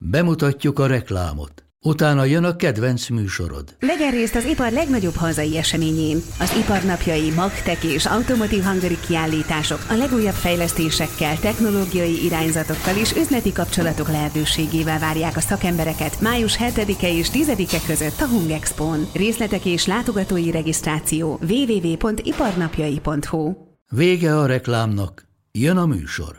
Bemutatjuk a reklámot. Utána jön a kedvenc műsorod. Vegyen részt az ipar legnagyobb hazai eseményén. Az iparnapjai, Magtech és Automotive Hungary kiállítások a legújabb fejlesztésekkel, technológiai irányzatokkal és üzleti kapcsolatok lehetőségével várják a szakembereket május 7-e és 10-e között a Hungexpón. Részletek és látogatói regisztráció www.iparnapjai.hu. Vége a reklámnak, jön a műsor.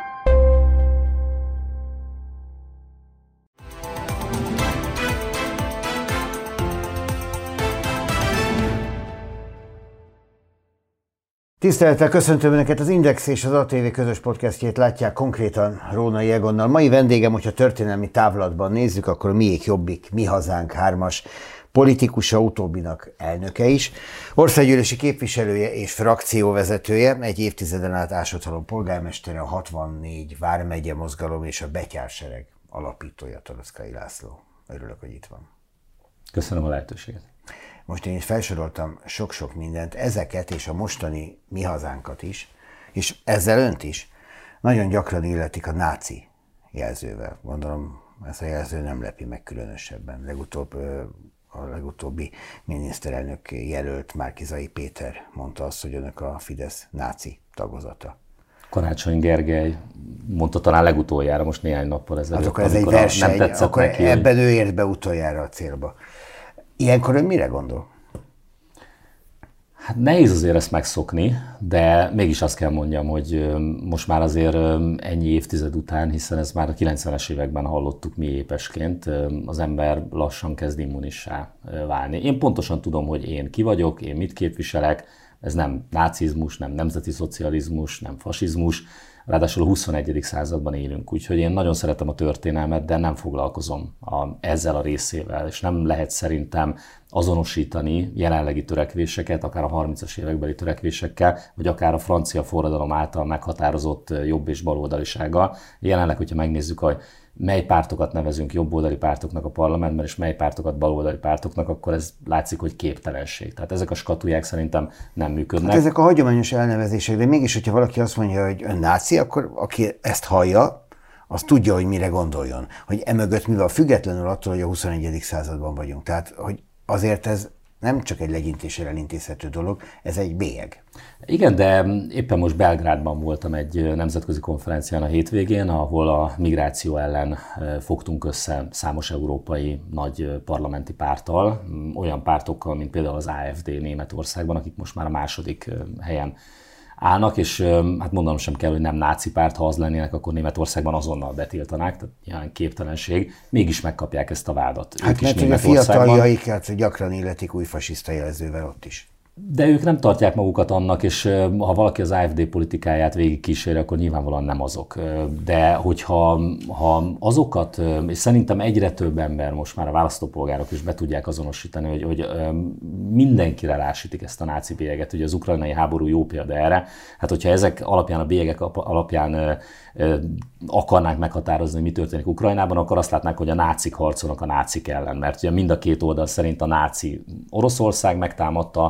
Tisztelettel köszöntöm Önöket, az Index és az ATV közös podcastjét látják konkrétan Rónai Egonnal. Mai vendégem, hogyha történelmi távlatban nézzük, akkor a Miék Jobbik, Mi Hazánk 3-as politikusa, utóbbinak elnöke is, országgyűlési képviselője és frakcióvezetője, egy évtizeden át Ásotthalom polgármestere, a 64 vármegye mozgalom és a Betyársereg alapítója, Toroczkai László. Örülök, hogy itt van. Köszönöm a lehetőséget. Most én is felsoroltam sok-sok mindent, ezeket és a mostani Mi Hazánkat is, és ezzel önt is nagyon gyakran illetik a náci jelzővel. Gondolom, ez a jelző nem lepi meg különösebben. A legutóbbi miniszterelnök jelölt Márki-Zay Péter mondta azt, hogy önök a Fidesz náci tagozata. Karácsony Gergely mondta talán legutoljára, most néhány nappal ezelőtt. Hát akkor ez egy verseny, nem tetszett akkor neki, ebben ő ért be utoljára a célba. Ilyenkor ön mire gondol? Hát nehéz azért ezt megszokni, de mégis azt kell mondjam, hogy most már azért ennyi évtized után, hiszen ez már a 90-es években hallottuk mi épesként, az ember lassan kezd immunissá válni. Én pontosan tudom, hogy én ki vagyok, én mit képviselek, ez nem nácizmus, nem nemzeti szocializmus, nem fasizmus, ráadásul a 21. században élünk, úgyhogy én nagyon szeretem a történelmet, de nem foglalkozom ezzel a részével, és nem lehet szerintem azonosítani jelenlegi törekvéseket, akár a 30-as évekbeli törekvésekkel, vagy akár a francia forradalom által meghatározott jobb- és baloldalisággal. Jelenleg, hogyha megnézzük, hogy mely pártokat nevezünk jobboldali pártoknak a parlamentben, és mely pártokat baloldali pártoknak, akkor ez látszik, hogy képtelenség. Tehát ezek a skatuják szerintem nem működnek. Hát ezek a hagyományos elnevezések, de mégis, hogyha valaki azt mondja, hogy ön náci, akkor aki ezt hallja, az tudja, hogy mire gondoljon. Hogy emögött mi van, függetlenül attól, hogy a 21. században vagyunk. Tehát, hogy azért ez nem csak egy legyintéssel elintézhető dolog, ez egy bélyeg. Igen, de éppen most Belgrádban voltam egy nemzetközi konferencián a hétvégén, ahol a migráció ellen fogtunk össze számos európai nagy parlamenti párttal, olyan pártokkal, mint például az AfD Németországban, akik most már a második helyen állnak, és hát mondanom sem kell, hogy nem náci párt, ha az lennének, akkor Németországban azonnal betiltanák, tehát ilyen képtelenség, mégis megkapják ezt a vádat. Hát mert a fiataljaikat gyakran illetik új fasiszta jelzővel ott is. De ők nem tartják magukat annak, és ha valaki az AfD politikáját végig kíséri, akkor nyilvánvalóan nem azok. De hogyha azokat, és szerintem egyre több ember, most már a választópolgárok is be tudják azonosítani, hogy mindenkire rásítik ezt a náci bélyeget, ugye az ukrajnai háború jó példa erre. Hát hogyha ezek alapján, a bélyegek alapján akarnánk meghatározni, hogy mi történik Ukrajnában, akkor azt látnánk, hogy a nácik harcolnak a nácik ellen, mert ugye mind a két oldal szerint a náci Oroszország megtámadta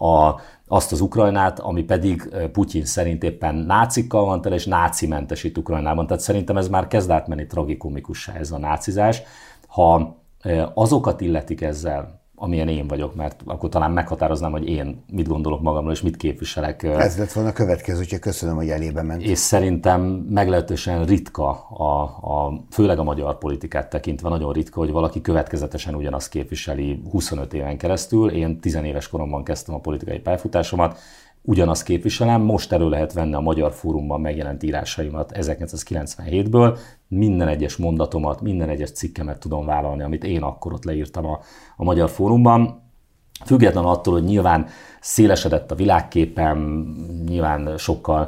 azt az Ukrajnát, ami pedig Putyin szerint éppen nácikkal van tele, és nácimentesít Ukrajnában. Tehát szerintem ez már kezd átmenni tragikomikussá, ez a nácizás. Ha azokat illetik ezzel, amilyen én vagyok, mert akkor talán meghatároznám, hogy én mit gondolok magamról, és mit képviselek. Ez lett volna a következő, úgyhogy köszönöm, hogy elébe ment. És szerintem meglehetősen ritka, főleg a magyar politikát tekintve nagyon ritka, hogy valaki következetesen ugyanazt képviseli 25 éven keresztül. Én 10 éves koromban kezdtem a politikai pályafutásomat, ugyanazt képviselem, most elő lehet venni a Magyar Fórumban megjelent írásaimat 1997-ből, minden egyes mondatomat, minden egyes cikkemet tudom vállalni, amit én akkor ott leírtam a Magyar Fórumban. Függetlenül attól, hogy nyilván szélesedett a világképem, nyilván sokkal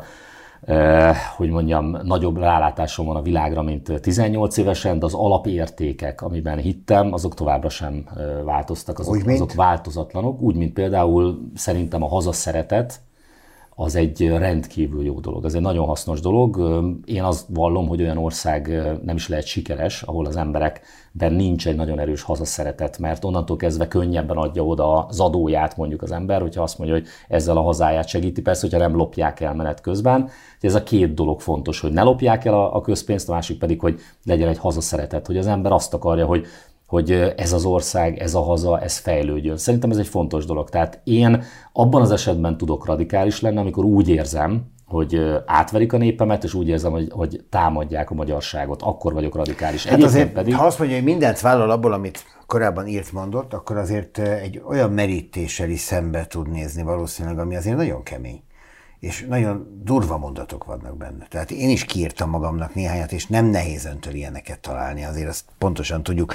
nagyobb rálátásom van a világra, mint 18 évesen, de az alapértékek, amiben hittem, azok továbbra sem változtak, azok változatlanok. Úgy, mint például szerintem a hazaszeretet, az egy rendkívül jó dolog. Ez egy nagyon hasznos dolog. Én azt vallom, hogy olyan ország nem is lehet sikeres, ahol az emberekben nincs egy nagyon erős hazaszeretet, mert onnantól kezdve könnyebben adja oda az adóját mondjuk az ember, hogyha azt mondja, hogy ezzel a hazáját segíti, persze, hogyha nem lopják el menet közben. Ez a két dolog fontos, hogy ne lopják el a közpénzt, a másik pedig, hogy legyen egy hazaszeretet, hogy az ember azt akarja, hogy ez az ország, ez a haza, ez fejlődjön. Szerintem ez egy fontos dolog. Tehát én abban az esetben tudok radikális lenni, amikor úgy érzem, hogy átverik a népemet, és úgy érzem, hogy támadják a magyarságot. Akkor vagyok radikális. Hát azért, pedig... ha azt mondja, hogy mindent vállal abból, amit korábban mondott, akkor azért egy olyan merítéssel is szembe tud nézni valószínűleg, ami azért nagyon kemény. És nagyon durva mondatok vannak benne. Tehát én is kiírtam magamnak néhányat, és nem nehéz öntől ilyeneket találni, azért azt pontosan tudjuk.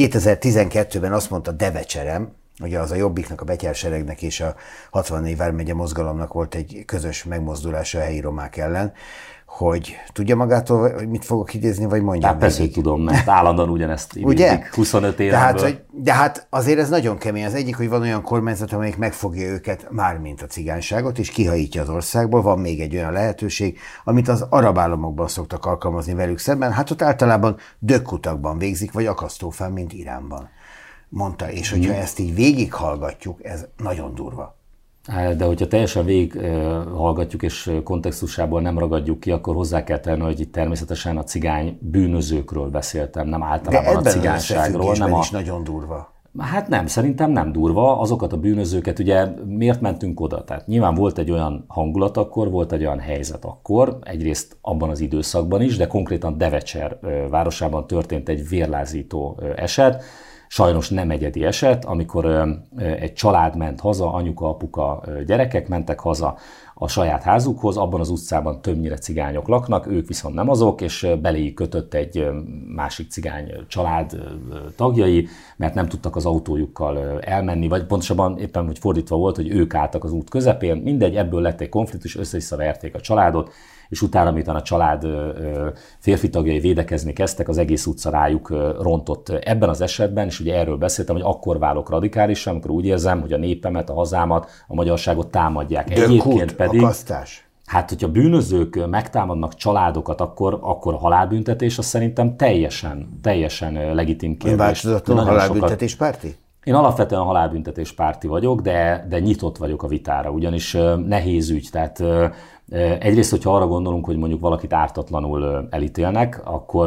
2012-ben azt mondta Devecserem, ugye az a Jobbiknak, a betyárseregnek és a 64 vármegye mozgalomnak volt egy közös megmozdulása a helyi romák ellen, hogy tudja magától, hogy mit fogok idézni, vagy mondjam? Hát persze, hogy tudom, mert állandóan ugyanezt idézik 25 évemből. De hát azért ez nagyon kemény. Az egyik, hogy van olyan kormányzat, amelyik megfogja őket, mármint a cigányságot, és kihajítja az országból. Van még egy olyan lehetőség, amit az arab államokban szoktak alkalmazni velük szemben. Hát ott általában dökkutakban végzik, vagy akasztófán, mint Iránban. Mondta, és hogyha ezt így végighallgatjuk, ez nagyon durva. De hogyha teljesen végighallgatjuk és kontextusából nem ragadjuk ki, akkor hozzá kell tenni, hogy itt természetesen a cigány bűnözőkről beszéltem, nem általában a cigányságról. Nem is nagyon durva. Hát nem, szerintem nem durva. Azokat a bűnözőket, ugye miért mentünk oda? Tehát nyilván volt egy olyan hangulat akkor, volt egy olyan helyzet akkor, egyrészt abban az időszakban is, de konkrétan Devecser városában történt egy vérlázító eset. Sajnos nem egyedi eset, amikor egy család ment haza, anyuka, apuka, gyerekek mentek haza a saját házukhoz, abban az utcában többnyire cigányok laknak, ők viszont nem azok, és beléjük kötött egy másik cigány család tagjai, mert nem tudtak az autójukkal elmenni, vagy pontosabban éppen, hogy fordítva volt, hogy ők álltak az út közepén, mindegy, ebből lett egy konfliktus, össze-vissza verték a családot, és utána, miután a család férfi tagjai védekezni kezdtek, az egész utca rájuk rontott ebben az esetben, és ugye erről beszéltem, hogy akkor válok radikálisan, amikor úgy érzem, hogy a népemet, a hazámat, a magyarságot támadják. Egyébként pedig... akasztás. Hát, hogyha bűnözők megtámadnak családokat, akkor a halálbüntetés, az szerintem teljesen legitim kérdés. Ön változatlan halálbüntetés párti? Én alapvetően a halálbüntetés párti vagyok, de nyitott vagyok a vitára, ugyanis nehéz ügy. Tehát egyrészt, hogyha arra gondolunk, hogy mondjuk valakit ártatlanul elítélnek,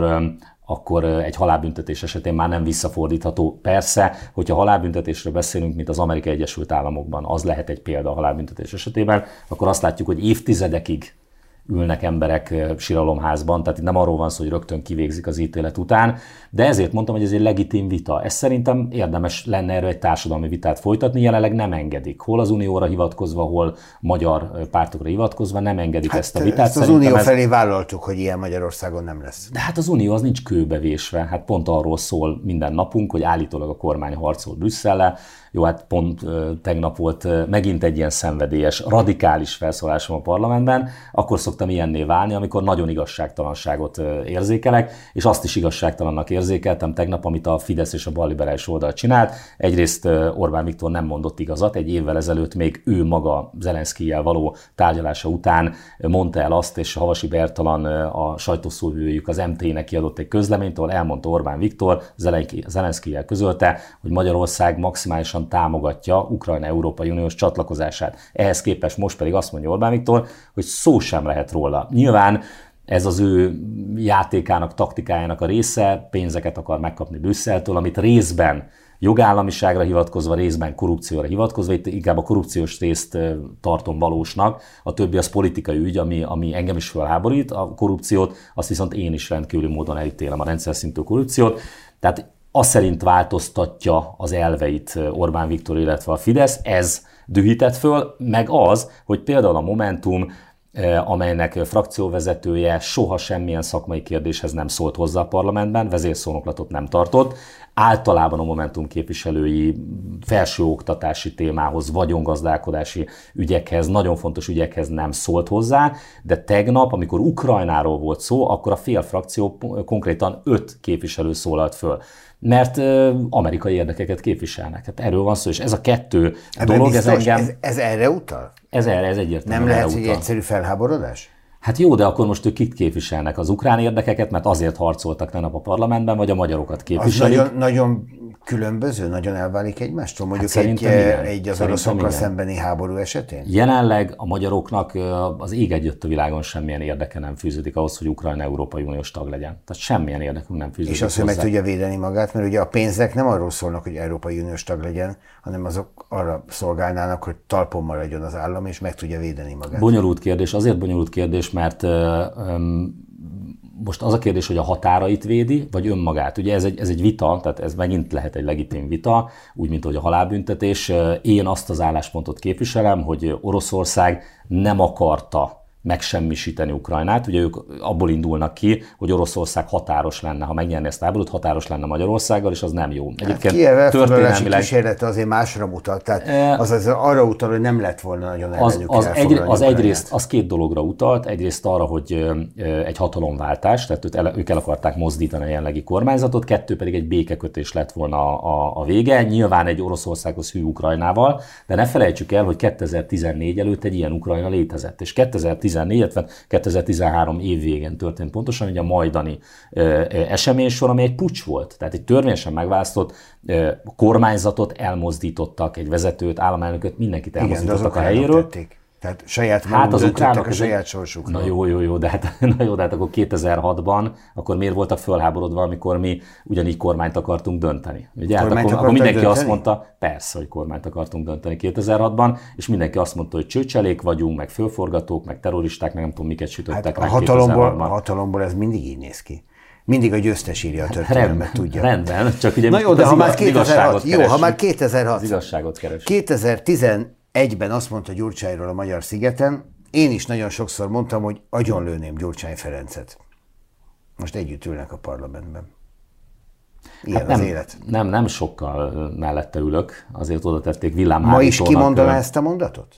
akkor egy halálbüntetés esetén már nem visszafordítható. Persze, hogyha halálbüntetésről beszélünk, mint az Amerikai Egyesült Államokban, az lehet egy példa a halálbüntetés esetében, akkor azt látjuk, hogy évtizedekig ülnek emberek síralomházban, tehát itt nem arról van szó, hogy rögtön kivégzik az ítélet után, de ezért mondtam, hogy ez egy legitim vita. Ez szerintem érdemes lenne erről egy társadalmi vitát folytatni, jelenleg nem engedik. Hol az Unióra hivatkozva, hol magyar pártokra hivatkozva nem engedik ezt a vitát. Ezt az Unió felé vállaltuk, hogy ilyen Magyarországon nem lesz. De hát az Unió az nincs kőbevésve, hát pont arról szól minden napunk, hogy állítólag a kormány harcol Brüsszellel. Jó, hát pont tegnap volt megint egy ilyen szenvedélyes, radikális felszólásom a parlamentben, akkor szoktam ilyenné válni, amikor nagyon igazságtalanságot érzékelek, és azt is igazságtalannak érzékeltem tegnap, amit a Fidesz és a balliberális oldal csinált. Egyrészt Orbán Viktor nem mondott igazat, egy évvel ezelőtt még ő maga Zelenszkijjel való tárgyalása után mondta el azt, és Havasi Bertalan, a sajtószóvivőjük az MT-nek kiadott egy közleményt, ahol elmondta Orbán Viktor, Zelenszkijjel közölte, hogy Magyarország maximálisan támogatja Ukrajna Európai Uniós csatlakozását. Ehhez képest most pedig azt mondja Orbán Viktor, hogy szó sem lehet róla. Nyilván ez az ő játékának, taktikájának a része, pénzeket akar megkapni Brüsszeltől, amit részben jogállamiságra hivatkozva, részben korrupcióra hivatkozva, itt inkább a korrupciós részt tartom valósnak, a többi az politikai ügy, ami engem is felháborít, a korrupciót, azt viszont én is rendkívüli módon elítélem, a rendszer szintű korrupciót. Tehát az szerint változtatja az elveit Orbán Viktor, illetve a Fidesz, ez dühített föl, meg az, hogy például a Momentum, amelynek frakcióvezetője soha semmilyen szakmai kérdéshez nem szólt hozzá a parlamentben, vezérszónoklatot nem tartott, általában a Momentum képviselői felsőoktatási témához, vagyongazdálkodási ügyekhez, nagyon fontos ügyekhez nem szólt hozzá, de tegnap, amikor Ukrajnáról volt szó, akkor a fél frakció konkrétan 5 képviselő szólalt föl. Mert amerikai érdekeket képviselnek. Hát erről van szó, és ez a 2 dolog, biztos, ez engem... Ez erre utal? Ez egyértelműen nem lehet, erre hogy egyszerű felháborodás? Hát jó, de akkor most ők kit képviselnek? Az ukrán érdekeket, mert azért harcoltak tegnap a parlamentben, vagy a magyarokat képviselik? Az nagyon különböző, nagyon elválik egymástól, mondjuk egy az oroszokkal szembeni háború esetén? Jelenleg a magyaroknak az ég egyött a világon semmilyen érdeke nem fűződik ahhoz, hogy Ukrajna Európai Uniós tag legyen. Tehát semmilyen érdekünk nem fűződik. És azt, hogy meg tudja védeni magát, mert ugye a pénzek nem arról szólnak, hogy Európai Uniós tag legyen, hanem azok arra szolgálnának, hogy talpon maradjon az állam, és meg tudja védeni magát. Bonyolult kérdés, azért bonyolult kérdés, mert most az a kérdés, hogy a határait védi, vagy önmagát. Ugye ez egy vita, tehát ez megint lehet egy legitim vita, úgy, mint ahogy a halálbüntetés. Én azt az álláspontot képviselem, hogy Oroszország nem akarta megsemmisíteni Ukrajnát. Ugye ők abból indulnak ki, hogy Oroszország határos lenne, ha megnyerni ezt a háborút, határos lenne Magyarországgal, és az nem jó. Egyébként Kijev elfoglalási kísérlete azért másra mutat, tehát az arra utal, hogy nem lett volna nagyon ellenük elfoglalni. Az egyrészt az 2 dologra utalt, egyrészt arra, hogy egy hatalomváltás, tehát ők el akarták mozdítani a jelenlegi kormányzatot, 2 pedig egy békekötés lett volna a vége, nyilván egy Oroszországhoz hű Ukrajnával, de ne felejtsük el, hogy 2014 előtt egy ilyen Ukrajna létezett, és 2013 év végén történt pontosan, ugye a majdani eseménysor, ami egy puccs volt. Tehát egy törvényesen megválasztott kormányzatot elmozdítottak, egy vezetőt, államelnököt, mindenkit elmozdítottak a helyéről. Tették. Tehát saját maguk döntöttek a saját sorsukról. Jó, de hát akkor 2006-ban, akkor miért voltak fölháborodva, amikor mi ugyanígy kormányt akartunk dönteni? Ugye, hát akkor mindenki dönteni? Azt mondta, persze, hogy kormányt akartunk dönteni 2006-ban, és mindenki azt mondta, hogy csőcselék vagyunk, meg fölforgatók, meg terroristák, meg nem tudom, miket sütöttek hát meg 2006-ban. A hatalomból ez mindig így néz ki. Mindig a győztes írja a történelmet, tudja. Rendben, csak ugye na jó, de ha már 2006, ha már 2006, az igazságot keres. 2011-ben azt mondta Gyurcsányról a Magyar-szigeten, én is nagyon sokszor mondtam, hogy agyonlőném Gyurcsány Ferencet. Most együtt ülnek a parlamentben. Ilyen hát nem, az élet. Nem sokkal mellette ülök, azért oda tették villámhárítónak. Ma is kimondaná ezt a mondatot?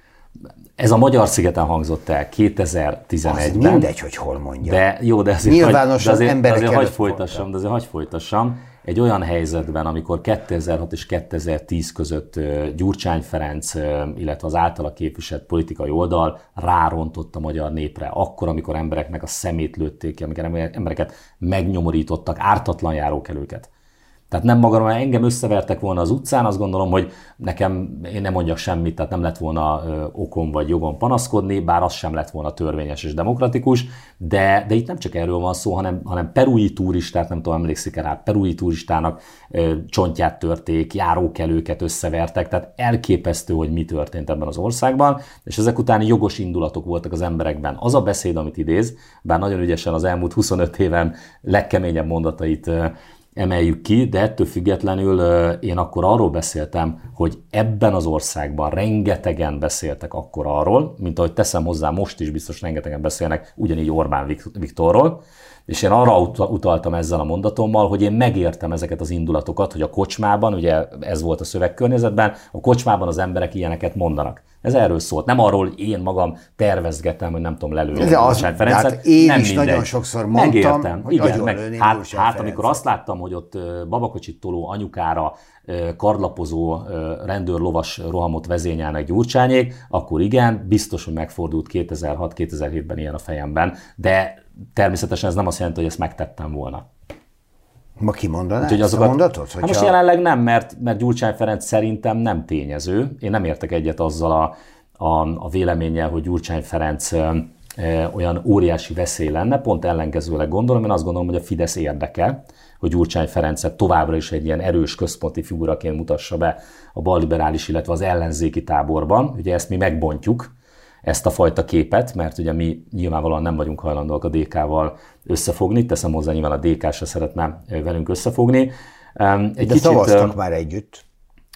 Ez a Magyar-szigeten hangzott el 2011-ben. Az mindegy, hogy hol mondja. De jó, de azért nyilvánosan emberek hagy folytassam. Egy olyan helyzetben, amikor 2006 és 2010 között Gyurcsány Ferenc, illetve az általa képviselt politikai oldal rárontott a magyar népre. Akkor, amikor embereknek a szemét lőtték ki, amikor embereket megnyomorítottak, ártatlan járókelőket. Tehát nem magamról, engem összevertek volna az utcán, azt gondolom, hogy én nem mondjak semmit, tehát nem lett volna okom vagy jogom panaszkodni, bár az sem lett volna törvényes és demokratikus, de itt nem csak erről van szó, hanem perui turistát, nem tudom, emlékszik rá, perui turistának csontját törték, járókelőket összevertek, tehát elképesztő, hogy mi történt ebben az országban, és ezek után jogos indulatok voltak az emberekben. Az a beszéd, amit idéz, bár nagyon ügyesen az elmúlt 25 éven legkeményebb mondatait emeljük ki, de ettől függetlenül én akkor arról beszéltem, hogy ebben az országban rengetegen beszéltek akkor arról, mint ahogy teszem hozzá, most is biztos rengetegen beszélnek ugyanígy Orbán Viktorról, és én arra utaltam ezzel a mondatommal, hogy én megértem ezeket az indulatokat, hogy a kocsmában, ugye ez volt a szövegkörnyezetben, a kocsmában az emberek ilyeneket mondanak. Ez erről szólt. Nem arról, hogy én magam tervezgettem, hogy nem tudom lelőni Gyurcsány Ferencet. Hát én nem is mindegy. Nagyon sokszor mondtam, megértem. hogy igen, hát amikor azt láttam, hogy ott babakocsit toló anyukára kardlapozó rendőrlovas rohamot vezényelnek Gyurcsányék, akkor igen, biztos, hogy megfordult 2006-2007-ben ilyen a fejemben, de természetesen ez nem azt jelenti, hogy ezt megtettem volna. Ma kimondaná ezt a mondatot? Hát most jelenleg nem, mert Gyurcsány Ferenc szerintem nem tényező. Én nem értek egyet azzal a véleménnyel, hogy Gyurcsány Ferenc olyan óriási veszély lenne, pont ellenkezőleg gondolom, én azt gondolom, hogy a Fidesz érdeke, hogy Gyurcsány Ferencet továbbra is egy ilyen erős központi figuraként mutassa be a balliberális, illetve az ellenzéki táborban. Ugye ezt mi megbontjuk, ezt a fajta képet, mert ugye mi nyilvánvalóan nem vagyunk hajlandóak a DK-val összefogni, teszem hozzá, nyilván a DK se szeretne velünk összefogni. De szavaztak már együtt.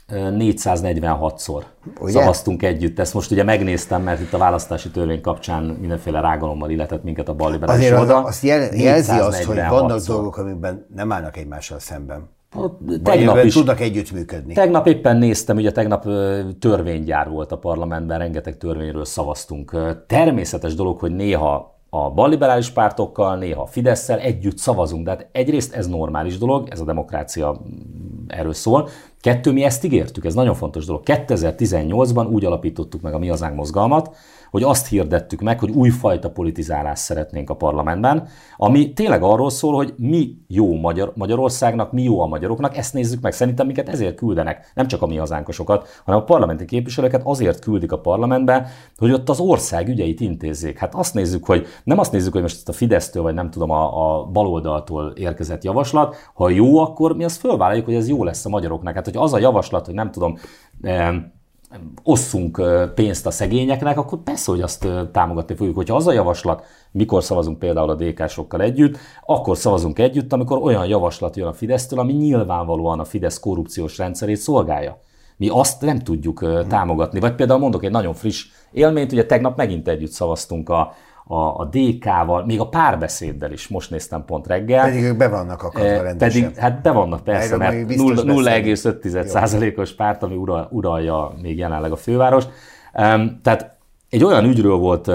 446-szor szavaztunk együtt. Ezt most ugye megnéztem, mert itt a választási törvény kapcsán mindenféle rágalommal illetett minket a balliberális oldal. Azt jelzi azt, hogy vannak dolgok, amikben nem állnak egymással szemben. Tegnap is tudnak együttműködni. Tegnap éppen néztem, ugye tegnap törvénygyár volt a parlamentben, rengeteg törvényről szavaztunk. Természetes dolog, hogy néha a balliberális pártokkal, néha a Fidesszel együtt szavazunk, de hát egyrészt ez normális dolog, ez a demokrácia erről szól. Kettő, mi ezt ígértük, ez nagyon fontos dolog. 2018-ban úgy alapítottuk meg a Mi Hazánk mozgalmat, hogy azt hirdettük meg, hogy újfajta politizálást szeretnénk a parlamentben, ami tényleg arról szól, hogy mi jó Magyarországnak, mi jó a magyaroknak, ezt nézzük meg. Szerintem minket ezért küldenek, nem csak a Mi Hazánkosokat, hanem a parlamenti képviselőket azért küldik a parlamentbe, hogy ott az ország ügyeit intézzék. Hát azt nézzük, hogy nem azt nézzük, hogy most ezt a Fidesztől, vagy nem tudom, a baloldaltól érkezett javaslat, ha jó, akkor mi azt fölvállaljuk, hogy ez jó lesz a magyaroknak. Hát, hogy az a javaslat, hogy nem tudom, osszunk pénzt a szegényeknek, akkor persze, hogy azt támogatni fogjuk. Hogyha az a javaslat, mikor szavazunk például a DK-sokkal együtt, akkor szavazunk együtt, amikor olyan javaslat jön a Fidesztől, ami nyilvánvalóan a Fidesz korrupciós rendszerét szolgálja. Mi azt nem tudjuk támogatni. Vagy például mondok egy nagyon friss élményt, ugye tegnap megint együtt szavaztunk a DK-val, még a Párbeszéddel is, most néztem pont reggel. Pedig ők be vannak akadva rendesen. Pedig, hát be vannak persze, mert 0,5%-os párt, ami uralja még jelenleg a fővárost. Tehát egy olyan ügyről volt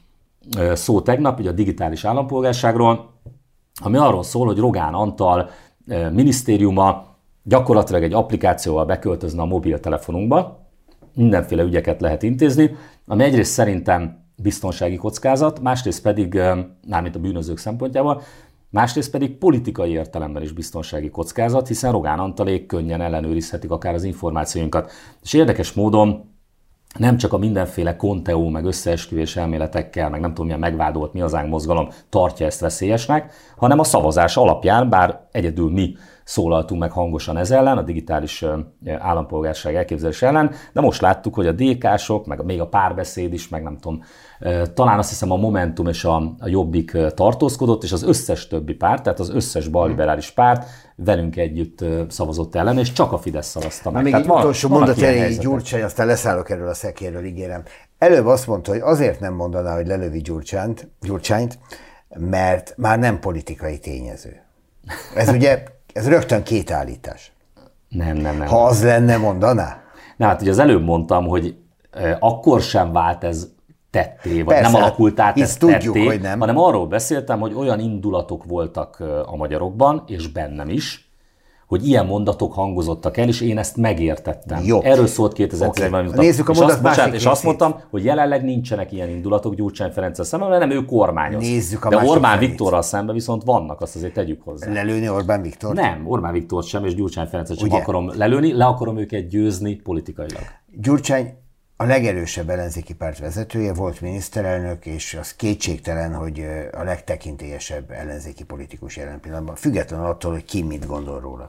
szó tegnap, ugye a digitális állampolgárságról, ami arról szól, hogy Rogán Antal minisztériuma gyakorlatilag egy applikációval beköltözne a mobiltelefonunkba, mindenféle ügyeket lehet intézni, ami egyrészt szerintem biztonsági kockázat, másrészt pedig, mármint a bűnözők szempontjából, másrészt pedig politikai értelemben is biztonsági kockázat, hiszen Rogán Antalék könnyen ellenőrizhetik akár az információinkat. És érdekes módon nem csak a mindenféle konteó, meg összeesküvés elméletekkel, meg nem tudom milyen megvádolt Mi Hazánk mozgalom tartja ezt veszélyesnek, hanem a szavazás alapján, bár egyedül mi szólaltunk meg hangosan ez ellen, a digitális állampolgárság elképzelés ellen, de most láttuk, hogy a DK-sok, meg még a Párbeszéd is, meg nem tudom, talán azt hiszem a Momentum és a Jobbik tartózkodott, és az összes többi párt, tehát az összes balliberális párt velünk együtt szavazott ellen, és csak a Fidesz szavazta meg. Még egy utolsó mondat erejéig Gyurcsány, aztán leszállok erről a szekérről, ígérem. Előbb azt mondta, hogy azért nem mondaná, hogy lelövi Gyurcsányt, mert már nem politikai tényező. Ez ugye, ez rögtön két állítás. Nem. Ha az lenne, mondaná? Na hát ugye az előbb mondtam, hogy akkor sem vált ez tetté, vagy persze, nem alakult át ez tetté, hogy nem. hanem arról beszéltem, hogy olyan indulatok voltak a magyarokban, és bennem is, hogy ilyen mondatok hangozottak el, és én ezt megértettem. Jó. Erről szólt 2010-ben. Okay. Nézzük a mondat másik és azt mondtam, hogy jelenleg nincsenek ilyen indulatok Gyurcsány Ferenccel szemben, mert nem ő kormányoz. Nézzük a de Orbán felét. Viktorral szemben viszont vannak, azt azért tegyük hozzá. Lelőni Orbán Viktort? Nem, Orbán Viktort sem, és Gyurcsány Ferencet sem akarom lelőni, le akarom őket győzni politikailag. Gyurcsány a legerősebb ellenzéki párt vezetője, volt miniszterelnök, és az kétségtelen, hogy a legtekintélyesebb ellenzéki politikus jelen pillanatban, függetlenül attól, hogy ki mit gondol róla.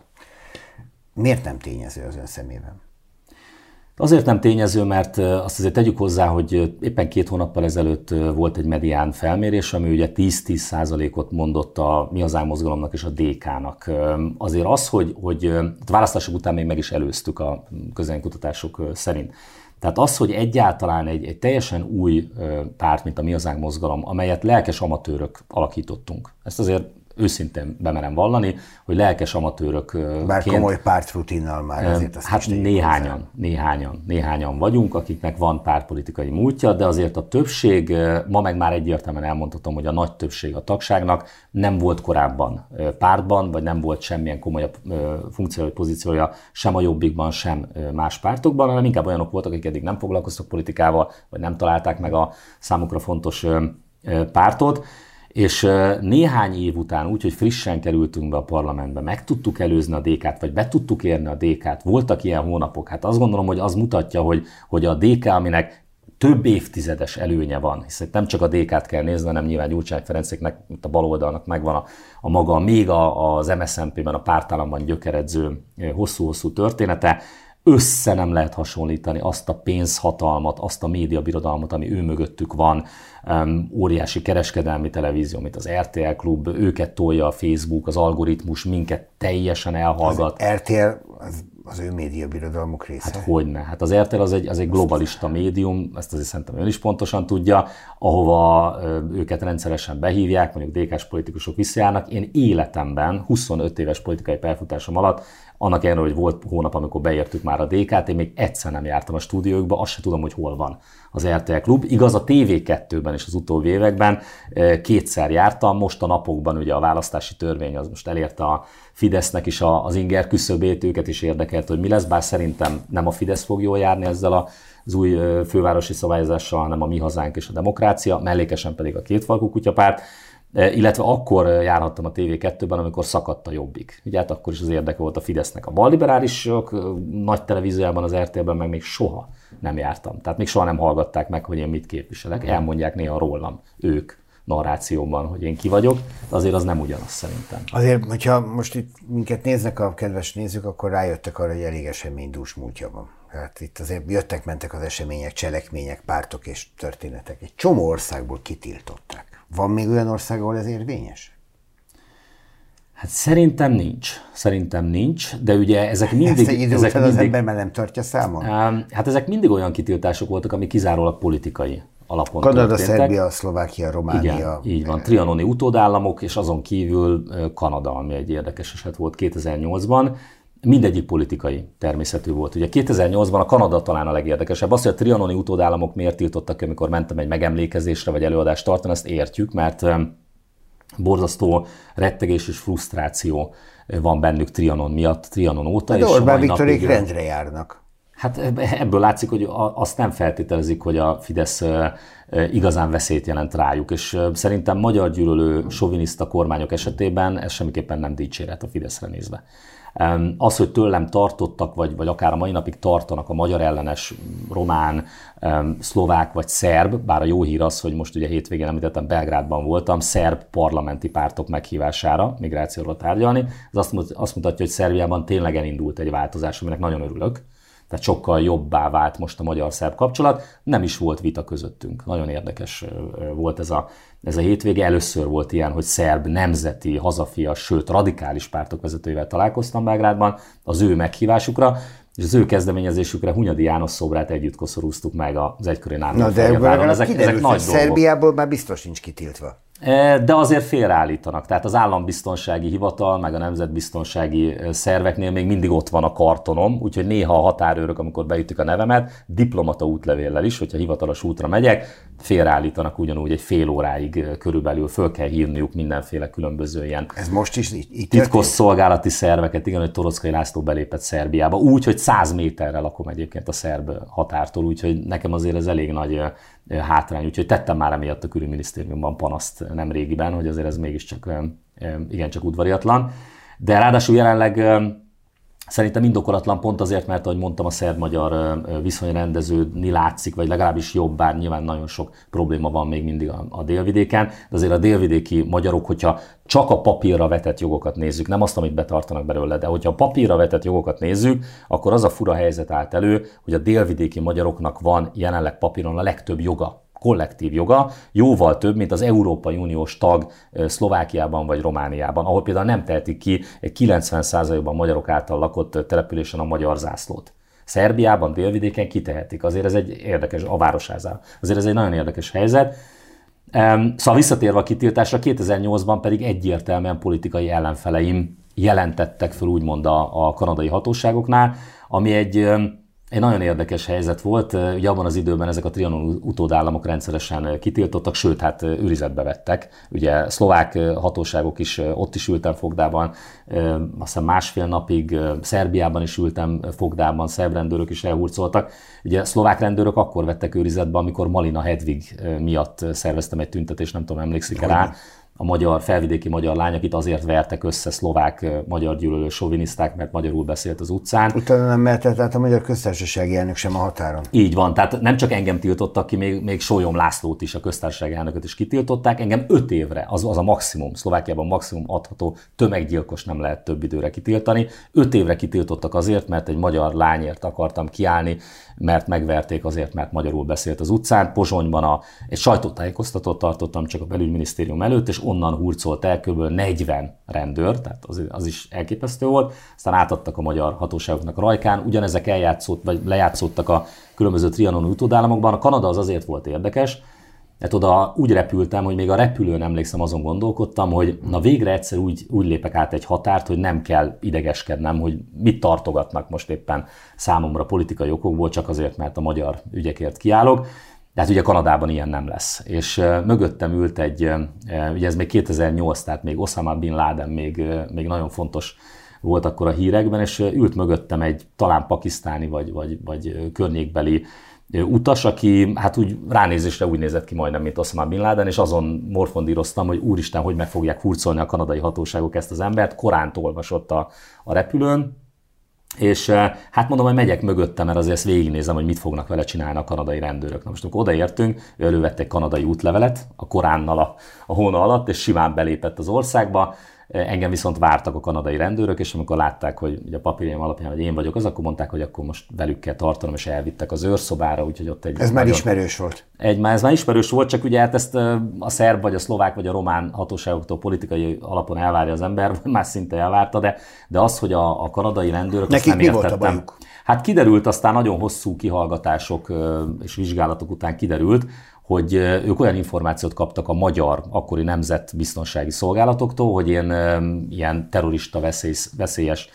Miért nem tényező az ön szemében? Azért nem tényező, mert azt azért tegyük hozzá, hogy éppen 2 hónappal ezelőtt volt egy medián felmérés, ami ugye 10-10%-ot mondott a Mi Hazánk mozgalomnak és a DK-nak. Azért az, hogy a választások után még meg is előztük a közönkutatások szerint. Tehát az, hogy egyáltalán egy teljesen új párt, mint a Mi Hazánk mozgalom, amelyet lelkes amatőrök alakítottunk. Ezt azért őszintén bemerem vallani, hogy lelkes amatőrökként... Bár komoly pártrutinnal már azért azt hát néhányan vagyunk, akiknek van pártpolitikai múltja, de azért a többség, ma meg már egyértelműen elmondhatom, hogy a nagy többség a tagságnak nem volt korábban pártban, vagy nem volt semmilyen komolyabb funkciója vagy pozíciója sem a Jobbikban, sem más pártokban, hanem inkább olyanok voltak, akik eddig nem foglalkoztak politikával, vagy nem találták meg a számukra fontos pártot. És néhány év után úgy, hogy frissen kerültünk be a parlamentbe, meg tudtuk előzni a DK-t, vagy be tudtuk érni a DK-t, voltak ilyen hónapok, hát azt gondolom, hogy az mutatja, hogy a DK, aminek több évtizedes előnye van, hiszen nem csak a DK-t kell nézni, hanem nyilván Gyurcsány Ferencéknek, itt a baloldalnak megvan a maga, még az MSZNP-ben, a pártállamban gyökeredző hosszú-hosszú története. Össze nem lehet hasonlítani azt a pénzhatalmat, azt a médiabirodalmat, ami ő mögöttük van, óriási kereskedelmi televízió, mint az RTL Klub, őket tolja a Facebook, az algoritmus minket teljesen elhallgat. Az RTL az ő médiabirodalmuk része? Hát hogyne. Hát az RTL az egy globalista médium, ezt azért szerintem ön is pontosan tudja, ahova őket rendszeresen behívják, mondjuk DK-s politikusok visszajárnak. Én életemben, 25 éves politikai pályafutásom alatt, annak ellenére, hogy volt hónap, amikor beértük már a DK-t, én még egyszer nem jártam a stúdiókba, azt se tudom, hogy hol van az RTL Klub. Igaz, a TV2-ben és az utóbbi években kétszer jártam, most a napokban ugye a választási törvény az most elérte a Fidesznek is az inger küszöbét, őket is érdekelt, hogy mi lesz, bár szerintem nem a Fidesz fog jól járni ezzel az új fővárosi szabályozással, hanem a Mi Hazánk és a Demokrácia, mellékesen pedig a Kétfarkú kutyapárt. Illetve akkor járhattam a TV2-ben, amikor szakadt a Jobbik. Ugye hát akkor is az érdeke volt a Fidesznek. A balliberálisok nagy televízióban, az RTL-ben meg még soha nem jártam. Tehát még soha nem hallgatták meg, hogy én mit képviselek. Elmondják néha rólam ők narrációban, hogy én ki vagyok, de azért az nem ugyanaz szerintem. Azért, hogyha most itt minket néznek a kedves nézők, akkor rájöttek arra, hogy elég eseménydús múltja van. Hát itt azért jöttek-mentek az események, cselekmények, pártok és történetek. Egy csomó országból kitiltották. Van még olyan ország, ahol ez érvényes? Hát szerintem nincs, de ugye ezek mindig... Ezt egy idő után az ember már nem tartja számon? Hát ezek mindig olyan kitiltások voltak, amik kizárólag politikai alapon Kanada, történtek. Szerbia, Szlovákia, Románia. Igen, így van, trianoni utódállamok, és azon kívül Kanada, ami egy érdekes eset volt 2008-ban. Mindegyik politikai természetű volt. Ugye 2008-ban a Kanada talán a legérdekesebb. Azt, hogy a trianoni utódállamok miért tiltottak, amikor mentem egy megemlékezésre vagy előadást tartani, ezt értjük, mert borzasztó rettegés és frusztráció van bennük Trianon miatt, Trianon óta. De Orbán Viktorék rendre járnak. Hát ebből látszik, hogy azt nem feltételezik, hogy a Fidesz igazán veszélyt jelent rájuk, és szerintem magyar gyűlölő soviniszta kormányok esetében ez semmiképpen nem dicséret a Fideszre nézve. Az, hogy tőlem tartottak, vagy akár a mai napig tartanak a magyar ellenes román, szlovák vagy szerb, bár a jó hír az, hogy most ugye hétvégén említettem, Belgrádban voltam, szerb parlamenti pártok meghívására migrációról tárgyalni. Ez azt mutatja, hogy Szerbiában tényleg elindult egy változás, aminek nagyon örülök. Tehát sokkal jobbá vált most a magyar-szerb kapcsolat. Nem is volt vita közöttünk. Nagyon érdekes volt ez a hétvége. Először volt ilyen, hogy szerb, nemzeti, hazafias, sőt radikális pártok vezetőivel találkoztam Belgrádban az ő meghívásukra, és az ő kezdeményezésükre Hunyadi János szobrát együtt koszorúztuk meg az egykori Nándor. Ezek nagy Szerbiából már biztos nincs kitiltva. De azért félreállítanak. Tehát az Állambiztonsági Hivatal, meg a nemzetbiztonsági szerveknél még mindig ott van a kartonom, úgyhogy néha a határőrök, amikor beütik a nevemet, diplomata útlevéllel is, hogyha hivatalos útra megyek, félreállítanak ugyanúgy egy fél óráig körülbelül, föl kell hívniuk mindenféle különböző ilyen ez most is így titkos szolgálati szerveket. Igen, hogy Toroczkai László belépett Szerbiába, úgy, hogy 100 méterre lakom egyébként a szerb határtól, úgyhogy nekem azért ez elég nagy hátrány, úgyhogy tettem már emiatt a külügyminisztériumban panaszt nem régiben, hogy azért ez mégiscsak igencsak udvariatlan. De ráadásul jelenleg szerintem indokolatlan pont azért, mert ahogy mondtam, a szerb-magyar viszonyrendeződni látszik, vagy legalábbis jobb, bár nyilván nagyon sok probléma van még mindig a délvidéken, de azért a délvidéki magyarok, hogyha csak a papírra vetett jogokat nézzük, nem azt, amit betartanak belőle, de hogyha a papírra vetett jogokat nézzük, akkor az a fura helyzet állt elő, hogy a délvidéki magyaroknak van jelenleg papíron a legtöbb joga, kollektív joga, jóval több, mint az Európai Uniós tag Szlovákiában vagy Romániában, ahol például nem tehetik ki egy 90%-ban magyarok által lakott településen a magyar zászlót. Szerbiában, délvidéken kitehetik, azért ez egy érdekes, a Városházában. Azért ez egy nagyon érdekes helyzet. Szóval visszatérve a kitiltásra, 2008-ban pedig egyértelműen politikai ellenfeleim jelentettek föl úgymond a kanadai hatóságoknál, ami egy nagyon érdekes helyzet volt. Ugye abban az időben ezek a trianon utódállamok rendszeresen kitiltottak, sőt, hát őrizetbe vettek. Ugye szlovák hatóságok is, ott is ültem fogdában, azt hiszem másfél napig, Szerbiában is ültem fogdában, szerb rendőrök is elhurcoltak. Ugye szlovák rendőrök akkor vettek őrizetbe, amikor Malina Hedvig miatt szerveztem egy tüntetést, nem tudom, emlékszik-e rá, a felvidéki magyar lány, akit azért vertek össze szlovák magyar gyűlölő soviniszták, mert magyarul beszélt az utcán. Utána nem mehetett át a magyar köztársasági elnök sem a határon. Így van, tehát nem csak engem tiltottak ki, még Sólyom Lászlót is, a köztársasági elnököt is kitiltották. Engem 5 évre, az a maximum, Szlovákiában maximum adható tömeggyilkos nem lehet több időre kitiltani. 5 évre kitiltottak azért, mert egy magyar lányért akartam kiállni, mert megverték azért, mert magyarul beszélt az utcán. Pozsonyban egy sajtótájékoztatót tartottam csak a belügyminisztérium előtt, és onnan hurcolt el kb. 40 rendőr, tehát az is elképesztő volt. Aztán átadtak a magyar hatóságoknak a Rajkán, ugyanezek lejátszottak a különböző trianoni utódállamokban. A Kanada az azért volt érdekes, mert oda úgy repültem, hogy még a repülőn emlékszem, azon gondolkodtam, hogy na végre egyszer úgy lépek át egy határt, hogy nem kell idegeskednem, hogy mit tartogatnak most éppen számomra politikai okokból, csak azért, mert a magyar ügyekért kiállok. De hát ugye Kanadában ilyen nem lesz. És mögöttem ült ugye ez még 2008, tehát még Osama Bin Laden még nagyon fontos volt akkor a hírekben, és ült mögöttem egy talán pakisztáni vagy környékbeli utas, aki hát úgy ránézésre úgy nézett ki majdnem, mint Osama Bin Laden, és azon morfondíroztam, hogy úristen, hogy meg fogják hurcolni a kanadai hatóságok ezt az embert. Koránt olvasott a repülőn, és hát mondom, hogy megyek mögötte, mert azért ezt végignézem, hogy mit fognak vele csinálni a kanadai rendőrök. Na most amikor odaértünk, ő elővette egy kanadai útlevelet a Koránnal a hóna alatt, és simán belépett az országba. Engem viszont vártak a kanadai rendőrök, és amikor látták, hogy a papírjaim alapján, hogy én vagyok az, akkor mondták, hogy akkor most velük kell tartanom, és elvittek az őrszobára, úgyhogy ott egy... Ez már ismerős volt. Ez már ismerős volt, csak ugye hát ezt a szerb, vagy a szlovák, vagy a román hatóságoktól politikai alapon elvárja az ember, vagy már szinte elvárta, de az, hogy a kanadai rendőrök... Nekik nem értettem. Volt a bajuk? Hát kiderült, aztán nagyon hosszú kihallgatások és vizsgálatok után kiderült, hogy ők olyan információt kaptak a magyar akkori nemzetbiztonsági szolgálatoktól, hogy én ilyen terrorista veszélyes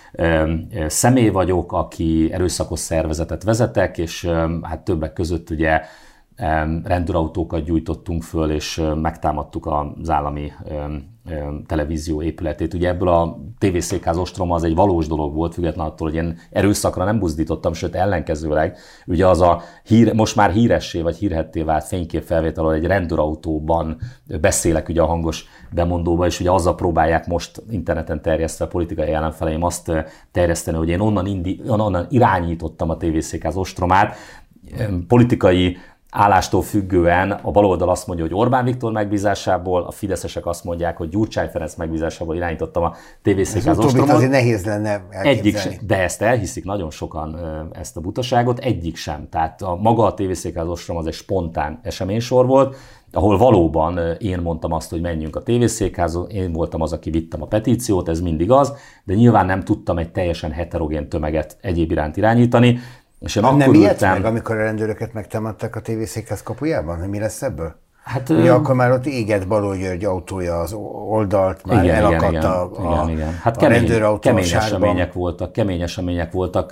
személy vagyok, aki erőszakos szervezetet vezetek, és hát többek között ugye rendőrautókat gyújtottunk föl, és megtámadtuk az állami televízió épületét. Ugye ebből a tévészékház ostroma az egy valós dolog volt, függetlenül attól, hogy én erőszakra nem buzdítottam, sőt ellenkezőleg. Ugye az a most már híressé vagy hírhetté vált fényképfelvétel, ahol egy rendőrautóban beszélek ugye a hangos bemondóba, és ugye azzal próbálják most interneten terjesztve a politikai ellenfeleim azt terjeszteni, hogy én onnan irányítottam a tévészékház ostromát, politikai állástól függően a baloldal azt mondja, hogy Orbán Viktor megbízásából, a fideszesek azt mondják, hogy Gyurcsány Ferenc megbízásából irányítottam a tévészékház ostromot. Ez azért nehéz lenne elképzelni. De ezt elhiszik nagyon sokan, ezt a butaságot, egyik sem. Tehát maga a tévészékház ostrom az egy spontán eseménysor volt, ahol valóban én mondtam azt, hogy menjünk a tévészékházba, én voltam az, aki vittem a petíciót, ez mindig az, de nyilván nem tudtam egy teljesen heterogén tömeget egyéb iránt irányítani. És nem ijedt meg, amikor a rendőröket megtámadták a tévészékház kapujában? Hogy mi lesz ebből? Hát, ugye akkor már ott égett Balogh György autója az oldalt, már elakadt a Hát rendőrautó kemény események voltak.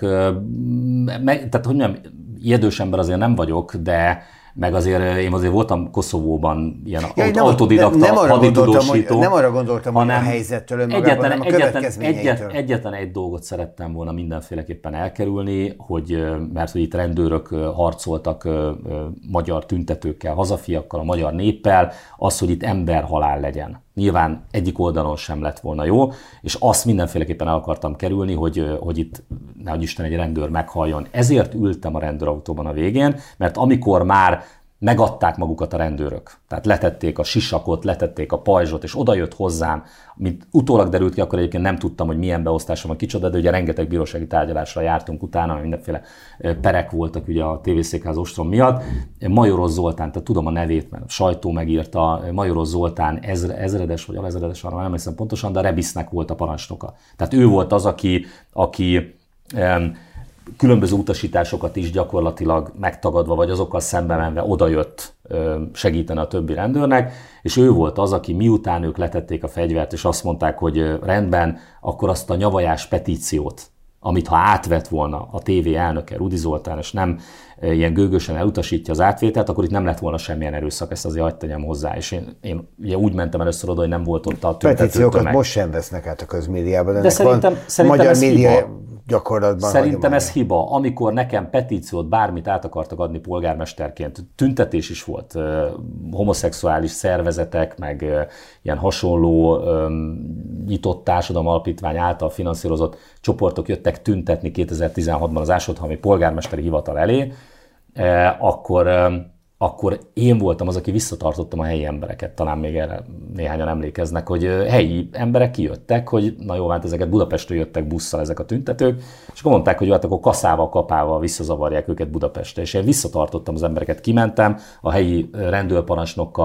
Tehát, hogy nem, ijedős ember azért nem vagyok, de meg azért én azért voltam Koszovóban ilyen autodidakta haditudósító. Nem arra gondoltam, hogy a helyzettől önmagában, hanem a következményeitől. Egyetlen egy dolgot szerettem volna mindenféleképpen elkerülni, mert hogy itt rendőrök harcoltak magyar tüntetőkkel, hazafiakkal, a magyar néppel, az, hogy itt emberhalál legyen. Nyilván egyik oldalon sem lett volna jó, és azt mindenféleképpen el akartam kerülni, hogy itt, nehogy Isten, egy rendőr meghalljon. Ezért ültem a rendőrautóban a végén, mert amikor már megadták magukat a rendőrök, tehát letették a sisakot, letették a pajzsot, és oda jött hozzám, mint utólag derült ki, akkor egyébként nem tudtam, hogy milyen beosztásom van kicsoda, de ugye rengeteg bírósági tárgyalásra jártunk utána, mindenféle perek voltak ugye a tévészékház ostrom miatt. Majoros Zoltán, tehát tudom a nevét, mert a sajtó megírta, Majoros Zoltán ezredes vagy alezredes, arra nem emlékszem pontosan, de a Rebisznek volt a parancsnoka. Tehát ő volt az, aki különböző utasításokat is gyakorlatilag megtagadva, vagy azokkal szembe menve odajött segíteni a többi rendőrnek, és ő volt az, aki miután ők letették a fegyvert, és azt mondták, hogy rendben, akkor azt a nyavajás petíciót, amit ha átvett volna a TV elnöke, Rudi Zoltán, és nem ilyen gőgösen elutasítja az átvételt, akkor itt nem lett volna semmilyen erőszak, ezt azért hagyd tegyem hozzá. És én ugye úgy mentem először oda, hogy nem volt ott a tüntető petíciókat tömeg. Most sem vesznek át a közmédiában, de szerintem magyar ez média hiba. Gyakorlatban. Szerintem ez hiba. Amikor nekem petíciót, bármit át akartak adni polgármesterként, tüntetés is volt, homoszexuális szervezetek, meg ilyen hasonló nyitott társadalomalapítvány által finanszírozott csoportok jöttek tüntetni 2016-ban az Ásódhalmi polgármesteri hivatal elé, akkor én voltam az, aki visszatartottam a helyi embereket, talán még erre néhányan emlékeznek, hogy helyi emberek kijöttek, hogy na jó, hát ezeket Budapestről jöttek busszal ezek a tüntetők, és akkor mondták, hogy hát akkor kaszával, kapával visszazavarják őket Budapestre, és én visszatartottam az embereket, kimentem a helyi rendőrparancsnokkal,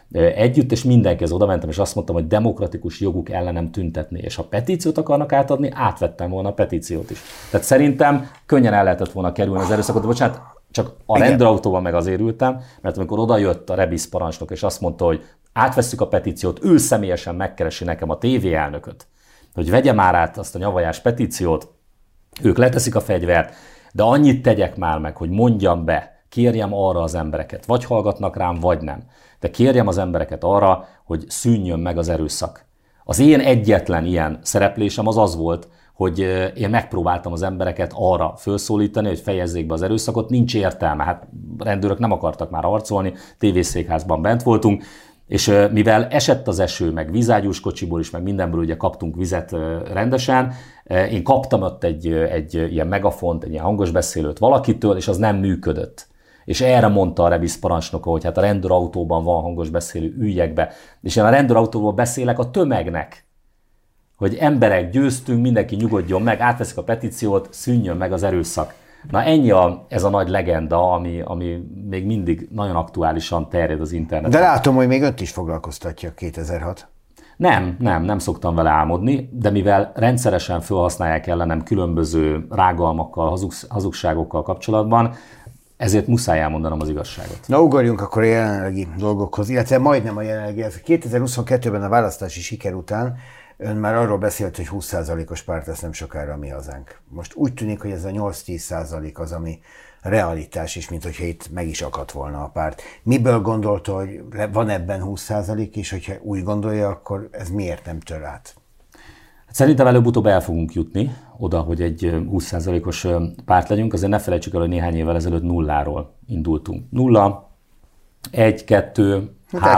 együtt, és mindenkihez oda mentem, és azt mondtam, hogy demokratikus joguk ellenem tüntetni, és ha petíciót akarnak átadni, átvettem volna a petíciót is. Tehát szerintem könnyen el lehetett volna kerülni az erőszakot, de bocsánat, csak a rendőrautóban meg azért ültem, mert amikor oda jött a Rebisz parancsnok, és azt mondta, hogy átvesszük a petíciót, ő személyesen megkeresi nekem a TV elnököt, hogy vegye már át azt a nyavajás petíciót, ők leteszik a fegyvert, de annyit tegyek már meg, hogy mondjam be, kérjem arra az embereket, vagy hallgatnak rám, vagy nem, de kérjem az embereket arra, hogy szűnjön meg az erőszak. Az én egyetlen ilyen szereplésem az volt, hogy én megpróbáltam az embereket arra felszólítani, hogy fejezzék be az erőszakot, nincs értelme, hát rendőrök nem akartak már harcolni, tévészékházban bent voltunk, és mivel esett az eső, meg vízágyús kocsiból is, meg mindenből ugye kaptunk vizet rendesen, én kaptam ott egy ilyen megafont, egy ilyen hangos beszélőt valakitől, és az nem működött. És erre mondta a Rebisz parancsnoka, hogy hát a rendőrautóban van hangos beszélő, üljek be. És én a rendőrautóból beszélek a tömegnek, hogy emberek, győztünk, mindenki nyugodjon meg, átveszik a petíciót, szűnjön meg az erőszak. Na ennyi ez a nagy legenda, ami még mindig nagyon aktuálisan terjed az interneten. De látom, hogy még önt is foglalkoztatja 2006. Nem szoktam vele álmodni, de mivel rendszeresen felhasználják ellenem különböző rágalmakkal, hazugságokkal kapcsolatban, ezért muszáj elmondanom az igazságot. Na, ugorjunk akkor a jelenlegi dolgokhoz, illetve majdnem a jelenlegi. 2022-ben a választási siker után ön már arról beszélt, hogy 20%-os párt lesz nem sokára a Mi Hazánk. Most úgy tűnik, hogy ez a 8-10% az, ami realitás is, mint hogyha itt meg is akadt volna a párt. Miből gondolta, hogy van ebben 20%, és hogyha úgy gondolja, akkor ez miért nem tör át? Szerintem előbb-utóbb el fogunk jutni oda, hogy egy 20%-os párt legyünk. Azért ne felejtsük el, hogy néhány évvel ezelőtt nulláról indultunk. 0, 1, 2,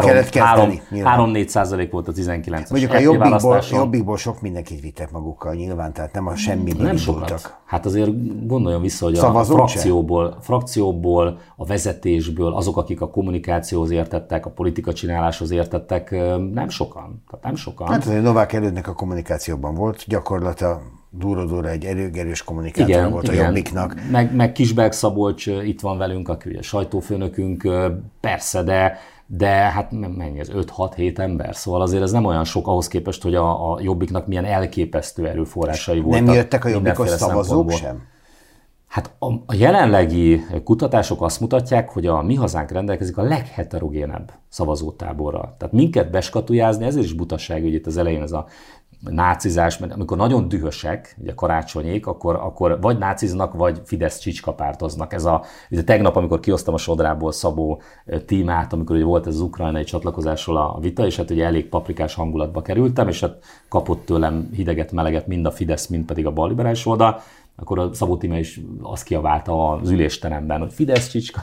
3-4% volt a 19-es. Mondjuk a Jobbikból sok mindenkit vittek magukkal nyilván, tehát nem a semmiből nem sokat. Hát azért gondoljon vissza, hogy a frakcióból, a vezetésből, azok, akik a kommunikációhoz értettek, a politika csináláshoz értettek, nem sokan. Tehát nem sokan. Hát azért Novák Elődnek a kommunikációban volt gyakorlata, durva egy erős kommunikátor volt a Jobbiknak. Meg Kisberg Szabolcs itt van velünk, aki ugye sajtófőnökünk, persze, de hát mennyi ez, 5-6-7 ember, szóval azért ez nem olyan sok ahhoz képest, hogy a Jobbiknak milyen elképesztő erőforrásai voltak. Nem jöttek a Jobbikos szavazók sem? Hát a jelenlegi kutatások azt mutatják, hogy a Mi Hazánk rendelkezik a legheterogénebb szavazótáborral. Tehát minket beskatujázni, ezért is butaság, hogy itt az elején ez a nácizás, mert amikor nagyon dühösek, ugye karácsonyék, akkor vagy náciznak, vagy Fidesz csicskapártoznak. Ugye tegnap, amikor kihoztam a sodrából Szabó tímát, amikor ugye volt ez az ukrajnai csatlakozásról a vita, és hát ugye elég paprikás hangulatba kerültem, és hát kapott tőlem hideget-meleget mind a Fidesz, mind pedig a balliberális oldal, akkor a Szabó Tíme is azt kiabálta az ülésteremben, hogy Fidesz csicska,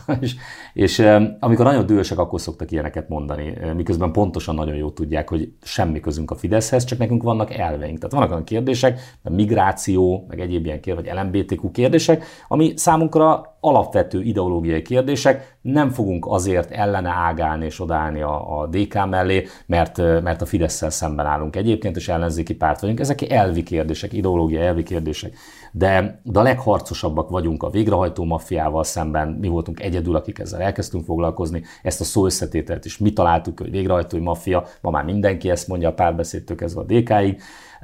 és amikor nagyon dühösek, akkor szoktak ilyeneket mondani, miközben pontosan nagyon jól tudják, hogy semmi közünk a Fideszhez, csak nekünk vannak elveink. Tehát vannak olyan kérdések, a migráció, meg egyéb ilyen kérdések, vagy LMBTQ kérdések, ami számunkra alapvető ideológiai kérdések, nem fogunk azért ellene ágálni és odállni a DK mellé, mert a Fidesszel szemben állunk egyébként, és ellenzéki párt vagyunk. Ezek elvi kérdések, ideológiai elvi kérdések. De a legharcosabbak vagyunk a végrehajtó maffiával szemben, mi voltunk egyedül, akik ezzel elkezdtünk foglalkozni, ezt a szó összetételt is mi találtuk, hogy végrehajtói maffia, ma már mindenki ezt mondja a Párbeszédtől kezdve a DK-ig,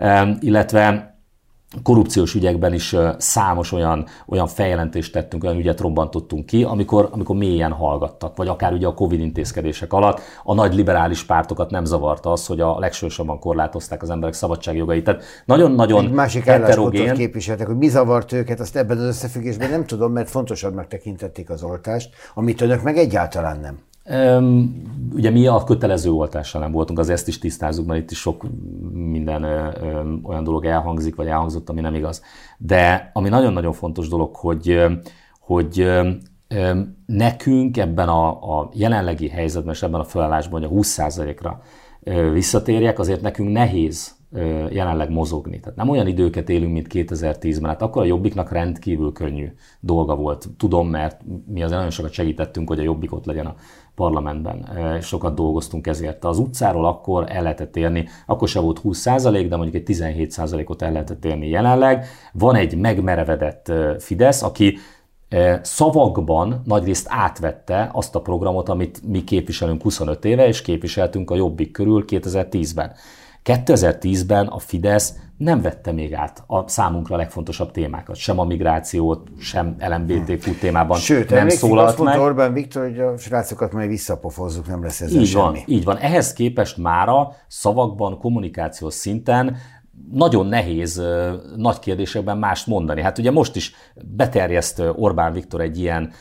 illetve korrupciós ügyekben is számos olyan feljelentést tettünk, olyan ügyet robbantottunk ki, amikor mélyen hallgattak, vagy akár ugye a Covid intézkedések alatt a nagy liberális pártokat nem zavarta az, hogy a legsősorban korlátozták az emberek szabadságjogait. Tehát nagyon-nagyon másik álláspontot képviseltek, hogy mi zavart őket, azt ebben az összefüggésben nem tudom, mert fontosabbnak tekintették az oltást, amit önök meg egyáltalán nem. Ugye mi a kötelező oltással nem voltunk, azért ezt is tisztázzuk, mert itt is sok minden olyan dolog elhangzik, vagy elhangzott, ami nem igaz. De ami nagyon-nagyon fontos dolog, hogy nekünk ebben a jelenlegi helyzetben, és ebben a felállásban, hogy a 20%-ra visszatérjek, azért nekünk nehéz jelenleg mozogni. Tehát nem olyan időket élünk, mint 2010-ben. Hát akkor a Jobbiknak rendkívül könnyű dolga volt. Tudom, mert mi azért nagyon sokat segítettünk, hogy a Jobbik ott legyen a parlamentben. Sokat dolgoztunk ezért. Az utcáról akkor el lehetett érni, akkor se volt 20%, de mondjuk egy 17%-ot el lehetett érni jelenleg. Van egy megmerevedett Fidesz, aki szavakban nagyrészt átvette azt a programot, amit mi képviselünk 25 éve, és képviseltünk a Jobbik körül 2010-ben. 2010-ben a Fidesz nem vette még át a számunkra legfontosabb témákat, sem a migrációt, sem LMBTQ témában. Sőt, nem szólalt azt mondta meg. Orbán Viktor, hogy a srácokat majd visszapofozzuk, nem lesz ezzel semmi. Így van. Ehhez képest mára szavakban, kommunikációs szinten nagyon nehéz nagy kérdésekben mást mondani. Hát ugye most is beterjeszt Orbán Viktor egy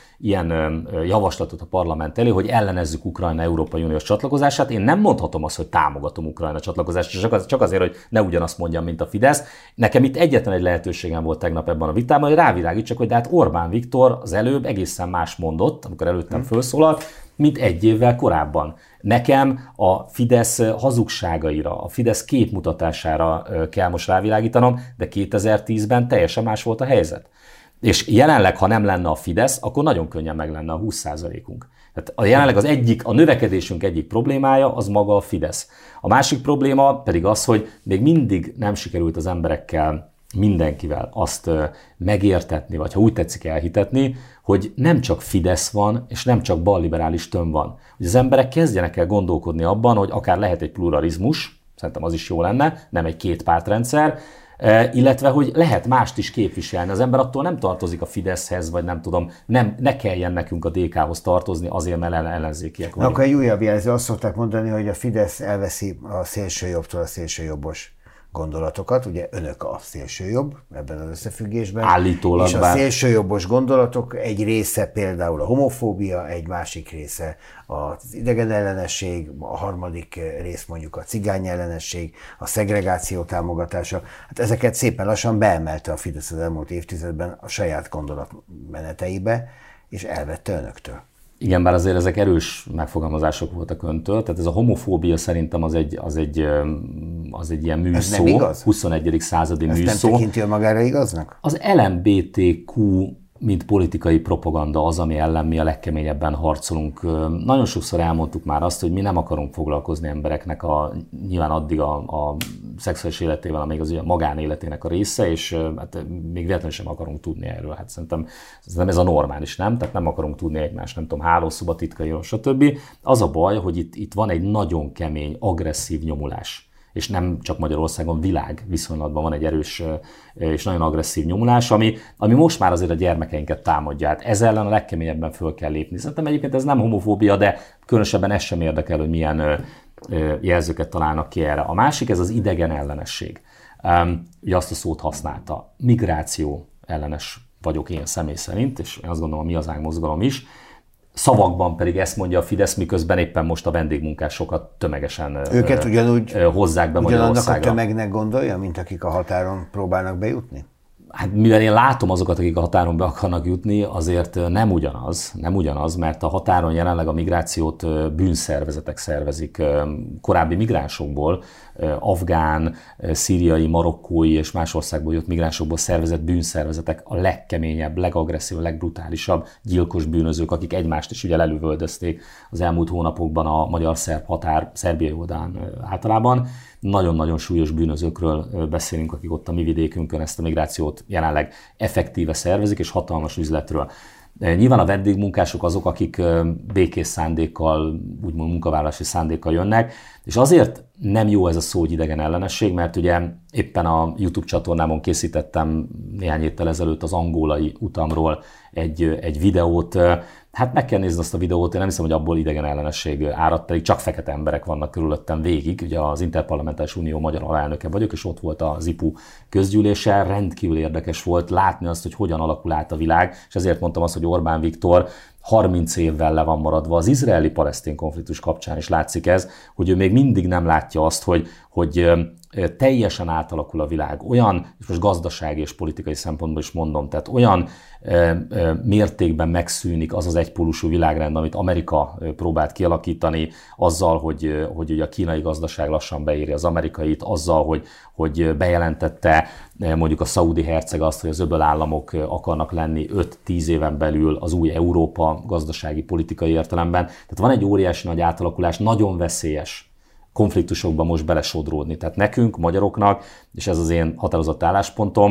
ilyen javaslatot a parlament elé, hogy ellenezzük Ukrajna Európai Uniós csatlakozását. Én nem mondhatom azt, hogy támogatom Ukrajna csatlakozást, csak azért, hogy ne ugyanazt mondjam, mint a Fidesz. Nekem itt egyetlen egy lehetőségem volt tegnap ebben a vitában, hogy rávilágítsak, hogy de hát Orbán Viktor az előbb egészen más mondott, amikor előttem felszólalt, mint egy évvel korábban. Nekem a Fidesz hazugságaira, a Fidesz képmutatására kell most rávilágítanom, de 2010-ben teljesen más volt a helyzet. És jelenleg, ha nem lenne a Fidesz, akkor nagyon könnyen meg lenne a 20%-unk. Tehát jelenleg a növekedésünk egyik problémája az maga a Fidesz. A másik probléma pedig az, hogy még mindig nem sikerült az emberekkel, mindenkivel azt megértetni, vagy ha úgy tetszik elhitetni, hogy nem csak Fidesz van, és nem csak balliberális töm van. Hogy az emberek kezdjenek el gondolkodni abban, hogy akár lehet egy pluralizmus, szerintem az is jó lenne, nem egy kétpártrendszer, illetve, hogy lehet mást is képviselni. Az ember attól nem tartozik a Fideszhez, vagy nem tudom, ne kelljen nekünk a DK-hoz tartozni azért, mert ellenzékiek vagyunk. Akkor egy újabb jelző, azt szokták mondani, hogy a Fidesz elveszi a szélsőjobbtól a szélsőjobbos gondolatokat, ugye önök a szélsőjobb ebben az összefüggésben. Állítólag. És a szélsőjobbos gondolatok egy része például a homofóbia, egy másik része az idegenellenesség, a harmadik rész mondjuk a cigányellenesség, a szegregáció támogatása. Hát ezeket szépen lassan beemelte a Fidesz az elmúlt évtizedben a saját gondolatmeneteibe, és elvette önöktől. Igen, bár azért ezek erős megfogalmazások voltak öntől, tehát ez a homofóbia szerintem az egy ilyen műszó, ez nem igaz? 21. századi ezt műszó. Nem tekinti magára igaznak? Az LMBTQ, mint politikai propaganda az, ami ellen mi a legkeményebben harcolunk. Nagyon sokszor elmondtuk már azt, hogy mi nem akarunk foglalkozni embereknek nyilván addig a szexuális életével, amíg az a magánéletének a része, és hát még véletlenül sem akarunk tudni erről. Hát szerintem ez a normális, nem? Tehát nem akarunk tudni egymás, nem tudom, hálószoba titkairól, stb. Az a baj, hogy itt van egy nagyon kemény, agresszív nyomulás. És nem csak Magyarországon, világ viszonylatban van egy erős és nagyon agresszív nyomulás, ami most már azért a gyermekeinket támadja. Hát ez ellen a legkeményebben föl kell lépni. Szerintem egyébként ez nem homofóbia, de különösebben ez sem érdekel, hogy milyen jelzőket találnak ki erre. A másik, ez az idegen ellenesség. Ugye azt a szót használta. Migráció ellenes vagyok én személy szerint, és én azt gondolom a Mi Hazánk mozgalom is. Szavakban pedig ezt mondja a Fidesz, miközben éppen most a vendégmunkásokat tömegesen őket ugyanúgy hozzák be Magyarországra. Ugyanannak a tömegnek gondolja, mint akik a határon próbálnak bejutni? Hát mivel én látom azokat, akik a határon be akarnak jutni, azért nem ugyanaz, mert a határon jelenleg a migrációt bűnszervezetek szervezik korábbi migránsokból, afgán, szíriai, marokkói és más országból jött migránsokból szervezett bűnszervezetek a legkeményebb, legagresszív, legbrutálisabb gyilkos bűnözők, akik egymást is ugye lelövöldözték az elmúlt hónapokban a magyar-szerb határ, szerbiai oldalán általában. Nagyon-nagyon súlyos bűnözőkről beszélünk, akik ott a mi vidékünkön ezt a migrációt jelenleg effektíve szervezik, és hatalmas üzletről. Nyilván a vendégmunkások azok, akik békés szándékkal, úgymond munkavállalási szándékkal jönnek, és azért nem jó ez a szó, hogy idegen ellenesség, mert ugye éppen a YouTube csatornámon készítettem néhány héttel ezelőtt az angolai utamról egy videót. Hát meg kell nézni azt a videót, én nem hiszem, hogy abból idegen ellenesség árad, pedig csak fekete emberek vannak körülöttem végig. Ugye az Interparlamentáris Unió magyar alelnöke vagyok, és ott volt az IPU közgyűlése, rendkívül érdekes volt látni azt, hogy hogyan alakul át a világ, és ezért mondtam azt, hogy Orbán Viktor 30 évvel le van maradva az izraeli-palesztin konfliktus kapcsán is látszik ez, hogy ő még mindig nem látja azt, hogy teljesen átalakul a világ, olyan, és most gazdasági és politikai szempontból is mondom, tehát olyan mértékben megszűnik az az egypólusú világrend, amit Amerika próbált kialakítani, azzal, hogy a kínai gazdaság lassan beéri az amerikait, azzal, hogy bejelentette mondjuk a szaudi herceg azt, hogy az öböl államok akarnak lenni 5-10 éven belül az új Európa gazdasági politikai értelemben. Tehát van egy óriási nagy átalakulás, nagyon veszélyes konfliktusokba most belesodródni. Tehát nekünk, magyaroknak, és ez az én határozott álláspontom,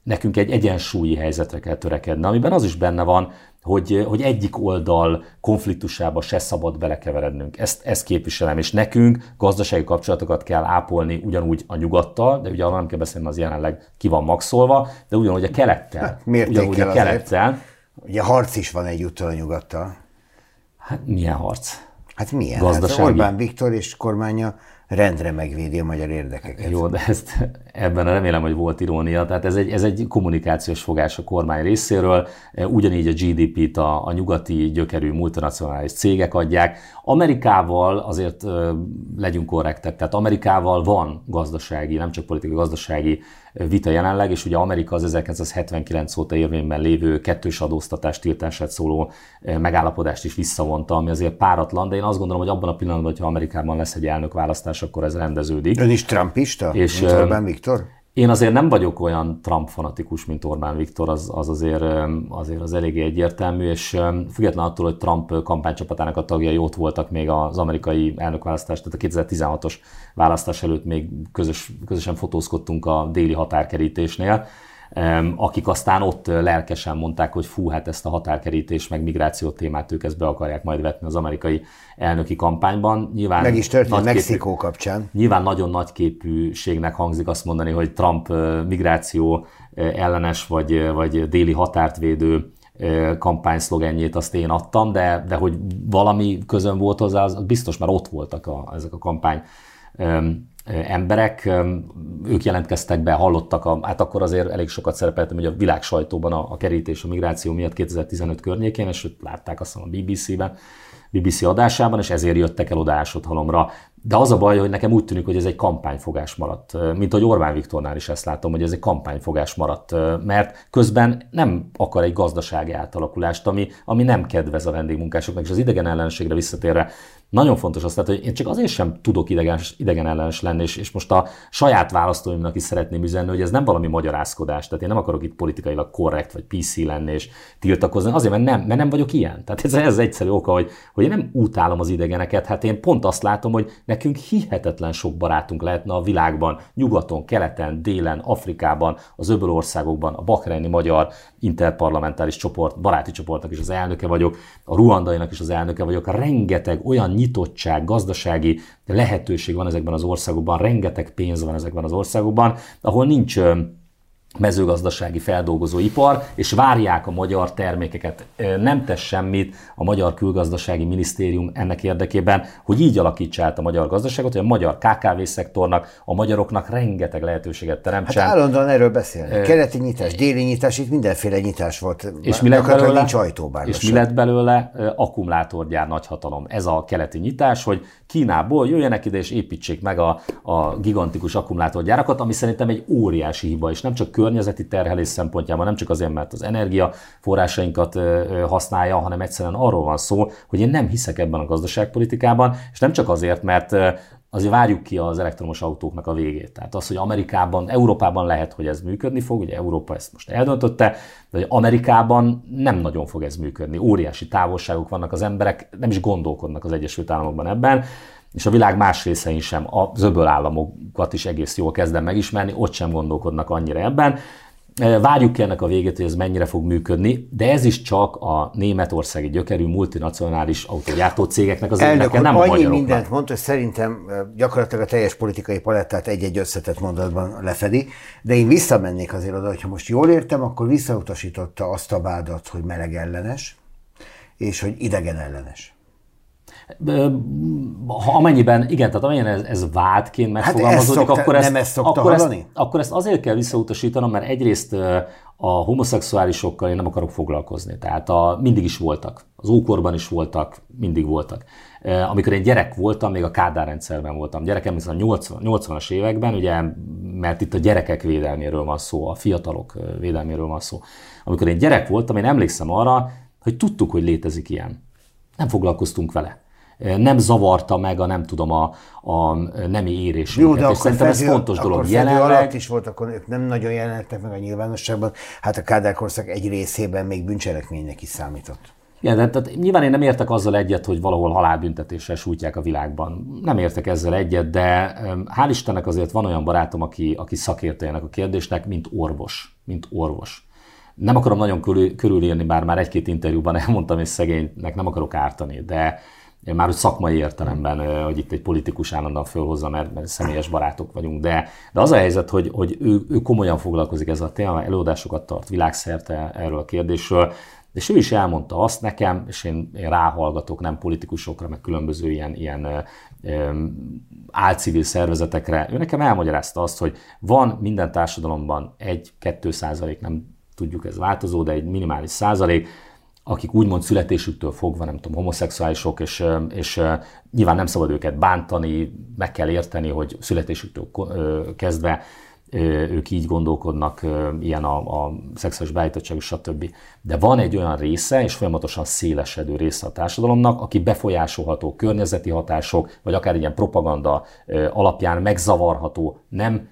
nekünk egy egyensúlyi helyzetre kell törekedni, amiben az is benne van, hogy egyik oldal konfliktusába se szabad belekeverednünk. Ezt képviselem, és nekünk gazdasági kapcsolatokat kell ápolni ugyanúgy a nyugattal, de ugye arra nem kell beszélni, az jelenleg ki van maxolva, de ugyanúgy a kelettel. Ugyanúgy a kelettel. Ugye harc is van egyúttal a nyugattal. Hát milyen harc? Hát milyen? Gazdasági. Hát Orbán Viktor és kormánya rendre megvédi a magyar érdekeket. Jó, de ebben remélem, hogy volt irónia. Tehát ez egy kommunikációs fogás a kormány részéről. Ugyanígy a GDP-t a nyugati gyökerű multinacionális cégek adják. Amerikával azért legyünk korrektek. Tehát Amerikával van gazdasági, nem csak politikai, gazdasági vita jelenleg, és ugye Amerika az 1979 óta érvényben lévő kettős adóztatás tiltását szóló megállapodást is visszavonta, ami azért páratlan, de én azt gondolom, hogy abban a pillanatban, hogyha Amerikában lesz egy elnökválasztás, akkor ez rendeződik. Ön is trumpista, és, mint Orbán Viktor? Én azért nem vagyok olyan Trump fanatikus, mint Orbán Viktor, az azért az eléggé egyértelmű, és független attól, hogy Trump kampánycsapatának a tagjai ott voltak még az amerikai elnökválasztás, tehát a 2016-os választás előtt még közösen fotózkodtunk a déli határkerítésnél, akik aztán ott lelkesen mondták, hogy fú, hát ezt a határkerítés meg migráció témát ők ezt be akarják majd vetni az amerikai elnöki kampányban. Nyilván meg is történt Mexikó kapcsán. Nyilván nagyon nagy képűségnek hangzik azt mondani, hogy Trump migráció ellenes vagy déli határt védő kampányszlogenjét azt én adtam, de hogy valami közön volt hozzá, az biztos, mert ott voltak ezek a kampány emberek, ők jelentkeztek be, hallottak, hát akkor azért elég sokat szerepeltem, hogy a világ sajtóban a kerítés, a migráció miatt 2015 környékén, és látták azt a BBC adásában, és ezért jöttek el oda Ásodhalomra. De az a baj, hogy nekem úgy tűnik, hogy ez egy kampányfogás maradt. Mint ahogy Orbán Viktornál is ezt látom, hogy ez egy kampányfogás maradt, mert közben nem akar egy gazdasági átalakulást, ami nem kedvez a vendégmunkásoknak, és az idegen ellenségre visszatérve nagyon fontos az, hogy én csak azért sem tudok idegen ellenes lenni, és most a saját választóimnak is szeretném üzenni, hogy ez nem valami magyarázkodás, tehát én nem akarok itt politikailag korrekt vagy PC lenni és tiltakozni, azért, mert nem vagyok ilyen. Tehát ez az egyszerű oka, hogy én nem utálom az idegeneket, hát én pont azt látom, hogy nekünk hihetetlen sok barátunk lehetne a világban, nyugaton, keleten, délen, Afrikában, az öbölországokban, a bahreini magyar interparlamentáris csoport, baráti csoportnak is az elnöke vagyok, a ruandainak is az elnöke vagyok, rengeteg olyan nyitottság, gazdasági lehetőség van ezekben az országokban, rengeteg pénz van ezekben az országokban, ahol nincs mezőgazdasági feldolgozóipar, és várják a magyar termékeket. Nem tesz semmit a Magyar Külgazdasági Minisztérium ennek érdekében, hogy így alakítsa át a magyar gazdaságot, hogy a magyar KKV-szektornak, a magyaroknak rengeteg lehetőséget teremtsen. Hát állandóan erről beszélnek. Keleti nyitás, déli nyitás, itt mindenféle nyitás volt. És mi lett belőle? Nincs ajtóbár. És mi lett belőle? Akkumulátorgyár nagyhatalom. Ez a keleti nyitás, hogy Kínából jöjjenek ide és építsék meg a gigantikus akkumulátorgyárakat, ami szerintem egy óriási hiba, és nem csak környezeti terhelés szempontjában, nem csak azért, mert az energiaforrásainkat használja, hanem egyszerűen arról van szó, hogy én nem hiszek ebben a gazdaságpolitikában, és nem csak azért, mert azért várjuk ki az elektromos autóknak a végét. Tehát az, hogy Európában lehet, hogy ez működni fog, ugye Európa ezt most eldöntötte, de hogy Amerikában nem nagyon fog ez működni. Óriási távolságok vannak, az emberek nem is gondolkodnak az Egyesült Államokban ebben, és a világ más részein sem, az öböl államokat is egész jól kezdem megismerni, ott sem gondolkodnak annyira ebben. Várjuk ki ennek a végét, hogy ez mennyire fog működni, de ez is csak a németországi gyökerű multinacionális autógyártó cégeknek az érdeke, nem a magyaroknak. Annyi mindent mond, hogy szerintem gyakorlatilag a teljes politikai palettát egy-egy összetett mondatban lefedi, de én visszamennék azért oda, hogyha most jól értem, akkor visszautasította azt a vádat, hogy meleg ellenes, és hogy idegen ellenes. Amennyiben ez vádként megfogalmazódik, akkor ezt azért kell visszautasítanom, mert egyrészt a homoszexuálisokkal én nem akarok foglalkozni. Tehát mindig is voltak. Az ókorban is voltak, mindig voltak. Amikor én gyerek voltam, még a Kádár rendszerben voltam gyerekem, hiszen a 80-as években, ugye, mert itt a gyerekek védelméről van szó, a fiatalok védelméről van szó. Amikor én gyerek voltam, én emlékszem arra, hogy tudtuk, hogy létezik ilyen. Nem foglalkoztunk vele. Nem zavarta meg a nemi érésünket. Jó, de és szerintem ez fontos dolog. Jelenleg alatt is volt, akkor ők nem nagyon jelentek meg a nyilvánosságban. Hát a Kádár korszak egy részében még bűncselekménynek is számított. Igen, tehát nyilván én nem értek azzal egyet, hogy valahol halálbüntetéssel sújtják a világban. Nem értek ezzel egyet, de hál' Istennek azért van olyan barátom, aki szakértője ennek a kérdésnek, mint orvos. Nem akarom nagyon körülírni, bár már egy-két interjúban elmondtam, és szegénynek nem akarok ártani, de már úgy szakmai értelemben, hogy itt egy politikus állandóan fölhozza, mert személyes barátok vagyunk, de az a helyzet, hogy ő komolyan foglalkozik ezzel a témával, előadásokat tart világszerte erről a kérdésről, és ő is elmondta azt nekem, és én ráhallgatok nem politikusokra, meg különböző ilyen álcivil szervezetekre. Ő nekem elmagyarázta azt, hogy van minden társadalomban 1-2%, nem tudjuk, ez változó, de egy minimális százalék, akik úgymond születésüktől fogva, nem tudom, homoszexuálisok, és nyilván nem szabad őket bántani, meg kell érteni, hogy születésüktől kezdve ők így gondolkodnak, ilyen a szexuális beállítottság, stb. De van egy olyan része, és folyamatosan szélesedő része a társadalomnak, aki befolyásolható környezeti hatások, vagy akár ilyen propaganda alapján megzavarható, nem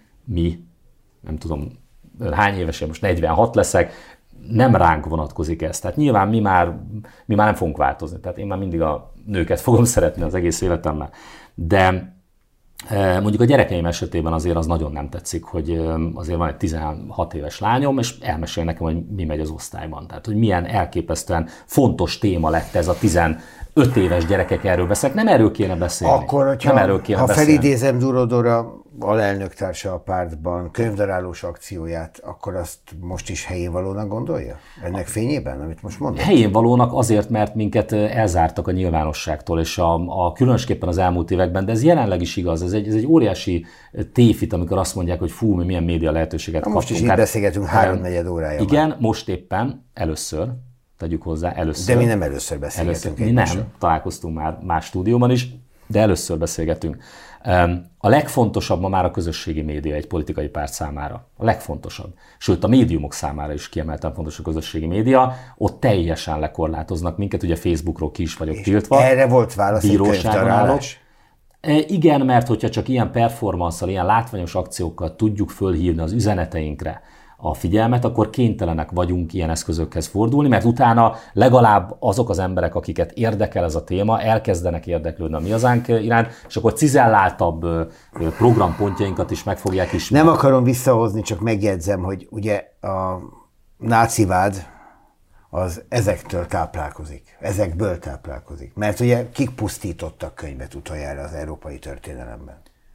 tudom, hány évesen, most 46 leszek, nem ránk vonatkozik ez. Tehát nyilván mi már nem fogunk változni. Tehát én már mindig a nőket fogom szeretni az egész életemmel. De mondjuk a gyerekeim esetében azért az nagyon nem tetszik, hogy azért van egy 16 éves lányom, és elmesél nekem, hogy mi megy az osztályban. Tehát, hogy milyen elképesztően fontos téma lett ez a 15 éves gyerekek, erről beszélnek. Nem erről kéne beszélni. Akkor, ha felidézem Durodora alelnöktársa a pártban könyvdarálós akcióját, akkor azt most is helyén valónak gondolja? Ennek fényében, amit most mondod? Helyén valónak azért, mert minket elzártak a nyilvánosságtól, és különösképpen az elmúlt években, de ez jelenleg is igaz, ez egy óriási tévhit, amikor azt mondják, hogy fú, mi milyen média lehetőséget kaptunk. Most is itt beszélgetünk 3-4 órája. Igen, már. Most éppen először, tegyük hozzá, először. De mi nem először beszélgetünk. Mi nem, találkoztunk már más stúdióban is, de először beszélgetünk. A legfontosabb ma már a közösségi média egy politikai párt számára. A legfontosabb. Sőt, a médiumok számára is kiemelten fontos a közösségi média. Ott teljesen lekorlátoznak minket, ugye Facebookról ki is vagyok tiltva. Erre volt válasz, egy könyvdarálás? Igen, mert hogyha csak ilyen performanszal, ilyen látványos akciókkal tudjuk fölhívni az üzeneteinkre a figyelmet, akkor kénytelenek vagyunk ilyen eszközökhez fordulni, mert utána legalább azok az emberek, akiket érdekel ez a téma, elkezdenek érdeklődni a Mi Hazánk iránt, és akkor cizelláltabb programpontjainkat is meg fogják ismerni. Nem akarom visszahozni, csak megjegyzem, hogy ugye a náci vád az ezektől táplálkozik, ezekből táplálkozik. Mert ugye kik pusztítottak könyvet utoljára az európai történelemben?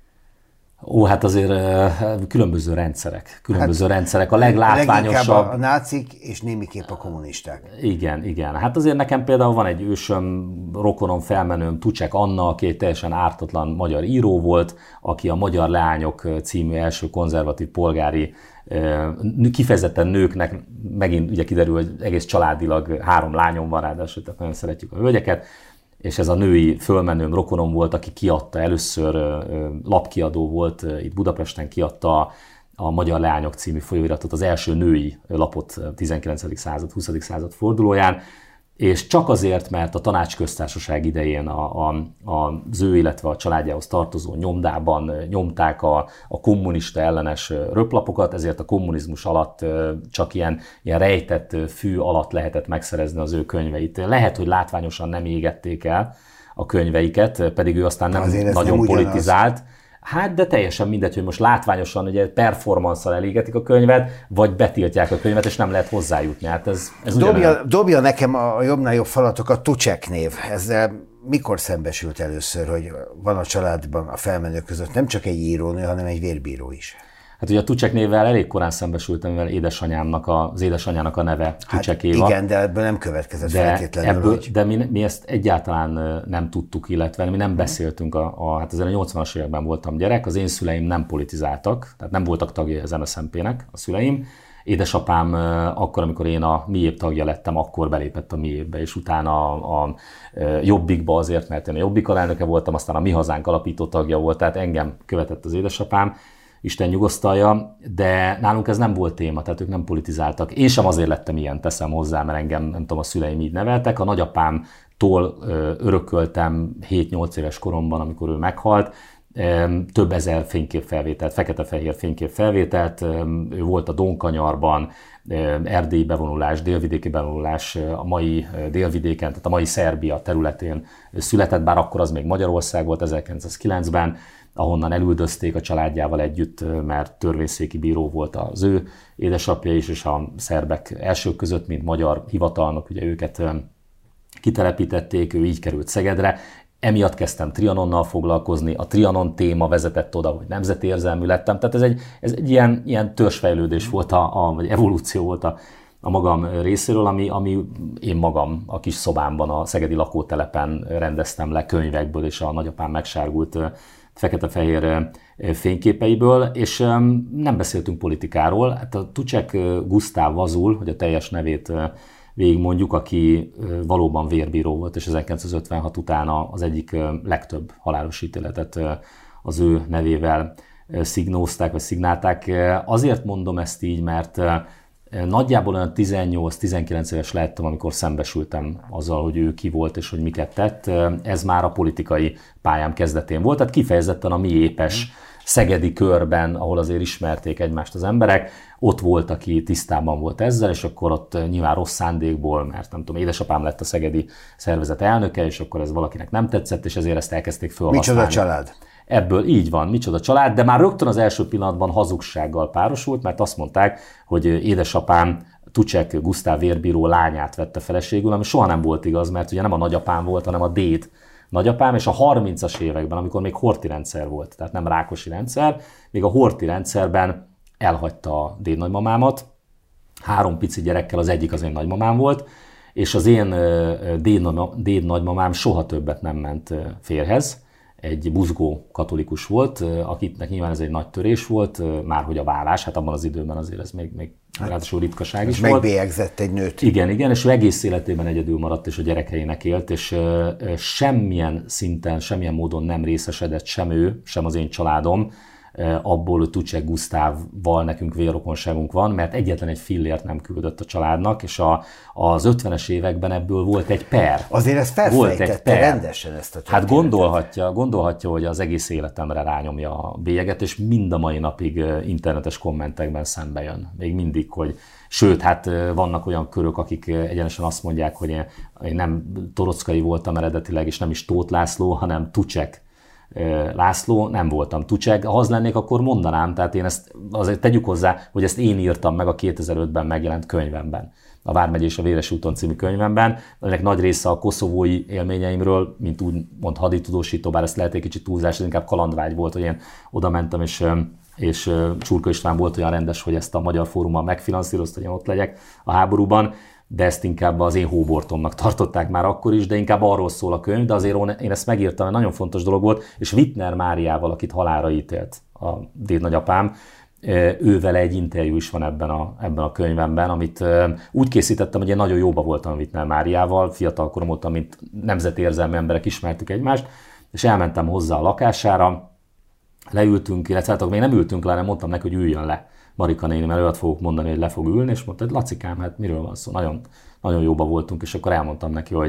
Hát azért különböző rendszerek, a leglátványosabb. A nácik és némiképp a kommunisták. Igen. Hát azért nekem például van egy ősöm, rokonom, felmenőm, Tucsek Anna, aki egy teljesen ártatlan magyar író volt, aki a Magyar Leányok című első konzervatív polgári, kifejezetten nőknek, megint ugye kiderül, hogy egész családilag 3 lányom van, ráadásul, tehát nagyon szeretjük a hölgyeket, és ez a női fölmenőm, rokonom volt, aki kiadta először, lapkiadó volt, itt Budapesten kiadta a Magyar Leányok című folyóiratot, az első női lapot 19. század, 20. század fordulóján, és csak azért, mert a Tanácsköztársaság idején az ő, illetve a családjához tartozó nyomdában nyomták a kommunista ellenes röplapokat, ezért a kommunizmus alatt csak ilyen rejtett fű alatt lehetett megszerezni az ő könyveit. Lehet, hogy látványosan nem égették el a könyveiket, pedig ő aztán nem nagyon politizált. Hát, de teljesen mindegy, hogy most látványosan ugye performanszal elégetik a könyvet, vagy betiltják a könyvet, és nem lehet hozzájutni. Hát ez dobja nekem a jobbnál jobb falatokat Tucsek név. Ezzel mikor szembesült először, hogy van a családban a felmenők között nem csak egy írónő, hanem egy vérbíró is? Hát ugye a Tucsek névvel elég korán szembesültem, mivel az édesanyának a neve Tucsek Éva. Hát igen, de ebből nem következett feltétlenül. De mi ezt egyáltalán nem tudtuk, illetve mi nem beszéltünk. Hát ezen a 80-as években voltam gyerek, az én szüleim nem politizáltak, tehát nem voltak tagjai az MSZNP-nek a szüleim. Édesapám akkor, amikor én a Miéb tagja lettem, akkor belépett a Miébbe, és utána a Jobbikba azért, mert én a Jobbik alelnöke voltam, aztán a Mi Hazánk alapító tagja volt, tehát engem követett az édesapám. Isten nyugosztalja, de nálunk ez nem volt téma, tehát ők nem politizáltak. Én sem azért lettem ilyen, teszem hozzá, mert engem, nem tudom, a szüleim így neveltek. A nagyapámtól örököltem 7-8 éves koromban, amikor ő meghalt, több ezer fényképfelvételt, fekete-fehér fényképfelvételt, ő volt a Donkanyarban, erdélyi bevonulás, délvidéki bevonulás, a mai délvidéken, tehát a mai Szerbia területén született, bár akkor az még Magyarország volt 1909-ben, ahonnan elüldözték a családjával együtt, mert törvényszéki bíró volt az ő édesapja is, és a szerbek elsők között, mint magyar hivatalnok, ugye őket kitelepítették, ő így került Szegedre. Emiatt kezdtem Trianonnal foglalkozni, a Trianon téma vezetett oda, hogy nemzeti érzelmű lettem, tehát ez egy ilyen törzsfejlődés volt, vagy evolúció volt a magam részéről, ami én magam a kis szobámban, a szegedi lakótelepen rendeztem le könyvekből, és a nagyapám megsárgult fekete-fehér fényképeiből, és nem beszéltünk politikáról. Hát a Tucsek Gusztáv Vazul, hogy a teljes nevét végigmondjuk, aki valóban vérbíró volt, és 1956 után az egyik legtöbb halálos ítéletet az ő nevével szignózták, vagy szignálták. Azért mondom ezt így, mert nagyjából olyan 18-19 éves lehettem, amikor szembesültem azzal, hogy ő ki volt és hogy miket tett. Ez már a politikai pályám kezdetén volt, tehát kifejezetten a mi épes szegedi körben, ahol azért ismerték egymást az emberek, ott volt, aki tisztában volt ezzel, és akkor ott nyilván rossz szándékból, mert nem tudom, édesapám lett a szegedi szervezet elnöke, és akkor ez valakinek nem tetszett, és ezért ezt elkezdték felhasználni. Micsoda család? Ebből így van, micsoda család, de már rögtön az első pillanatban hazugsággal párosult, mert azt mondták, hogy édesapám Tucsek Gusztáv vérbíró lányát vette feleségül, ami soha nem volt igaz, mert ugye nem a nagyapám volt, hanem a déd nagyapám, és a 30-as években, amikor még Horthy rendszer volt, tehát nem Rákosi rendszer, még a Horthy rendszerben elhagyta a déd nagymamámat, 3 pici gyerekkel, az egyik az én nagymamám volt, és az én déd nagymamám soha többet nem ment férjhez, egy buzgó katolikus volt, akitnek nyilván ez egy nagy törés volt, márhogy a vállás, hát abban az időben azért ez még ráadásul ritkaság is volt. Megbélyegzett egy nőt. Igen, és ő egész életében egyedül maradt, és a gyerekeinek élt, és semmilyen szinten, semmilyen módon nem részesedett sem ő, sem az én családom abból, hogy Tucsek Gusztávval nekünk vérrokonságunk van, mert egyetlen egy fillért nem küldött a családnak, és az 50-es években ebből volt egy per. Azért ezt felfejtette rendesen ezt a történetet. Hát gondolhatja, hogy az egész életemre rányomja a bélyeget, és mind a mai napig internetes kommentekben szembe jön. Még mindig, hogy sőt, hát vannak olyan körök, akik egyenesen azt mondják, hogy én nem Torockai voltam eredetileg, és nem is Tóth László, hanem Tucsek László, nem voltam Tucsek. Ha az lennék, akkor mondanám, tehát én ezt azért tegyük hozzá, hogy ezt én írtam meg a 2005-ben megjelent könyvemben. A Vármegye és a Véres úton című könyvemben. Ennek nagy része a koszovói élményeimről, mint úgymond haditudósító, bár ezt lehet egy kicsit túlzás, ez inkább kalandvágy volt, hogy én oda mentem, és Csurka István volt olyan rendes, hogy ezt a Magyar Fórummal megfinanszírozta, hogy én ott legyek a háborúban, de ezt inkább az én hóbortomnak tartották már akkor is, de inkább arról szól a könyv, de azért én ezt megírtam, mert nagyon fontos dolog volt, és Wittner Máriával, akit halálra ítélt a déd nagyapám, ővele egy interjú is van ebben a könyvemben, amit úgy készítettem, hogy én nagyon jóba voltam Wittner Máriával, fiatalkorom óta, mint nemzetérzelmi emberek ismertük egymást, és elmentem hozzá a lakására, leültünk, illetve hát még nem ültünk le, hanem mondtam neki, hogy üljön le Marika néni, mert olyat fogok mondani, hogy le fog ülni, és mondta, hogy Lacikám, hát miről van szó, nagyon, nagyon jóba voltunk, és akkor elmondtam neki, hogy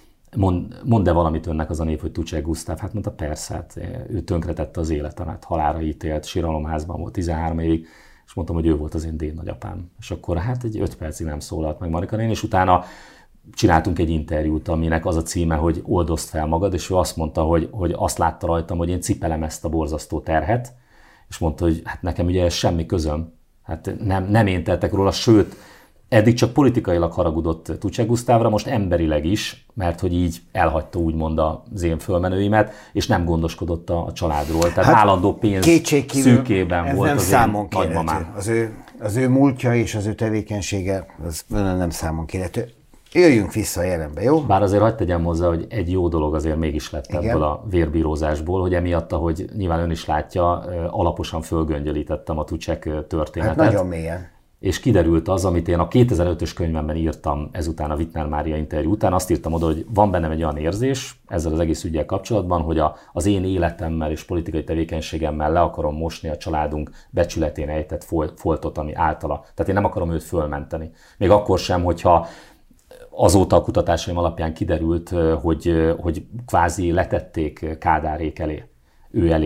mondd-e valamit önnek az a név, hogy Tucsek Gusztáv? Hát mondta, persze, hát ő tönkretette az életemet, halálra ítélt, síralomházban volt 13 évig, és mondtam, hogy ő volt az én déd nagyapám. És akkor hát egy 5 percig nem szólalt meg Marika néni, és utána csináltunk egy interjút, aminek az a címe, hogy oldozd fel magad, és ő azt mondta, hogy azt látta rajtam, hogy én cipelem ezt a borzasztó terhet, és mondta, hogy hát nekem ugye ez semmi közöm, hát nem én tettek róla, sőt, eddig csak politikailag haragudott Tucsek Gusztávra, most emberileg is, mert hogy így elhagyta úgymond az én fölmenőimet, és nem gondoskodott a családról. Tehát hát állandó pénz szűkében volt az én nagymamám. Az ő múltja és az ő tevékenysége, az nem számon kérhető. Jöjjünk vissza a jelenbe, jó? Bár azért hagyd tegyem hozzá, hogy egy jó dolog azért mégis lett ebből a vérbírózásból, hogy emiatt, ahogy nyilván ön is látja, alaposan fölgöngyölítettem a Tucsek történetet. Hát nagyon mélyen. És kiderült az, amit én a 2005-ös könyvemben írtam ezután a Wittner Mária interjú után, azt írtam oda, hogy van bennem egy olyan érzés ezzel az egész üggyel kapcsolatban, hogy az én életemmel és politikai tevékenységemmel le akarom mosni a családunk becsületén ejtett foltot, ami általa. Tehát én nem akarom őt fölmenteni. Még akkor sem, hogyha azóta a kutatásaim alapján kiderült, hogy kvázi letették Kádárék elé, ő elé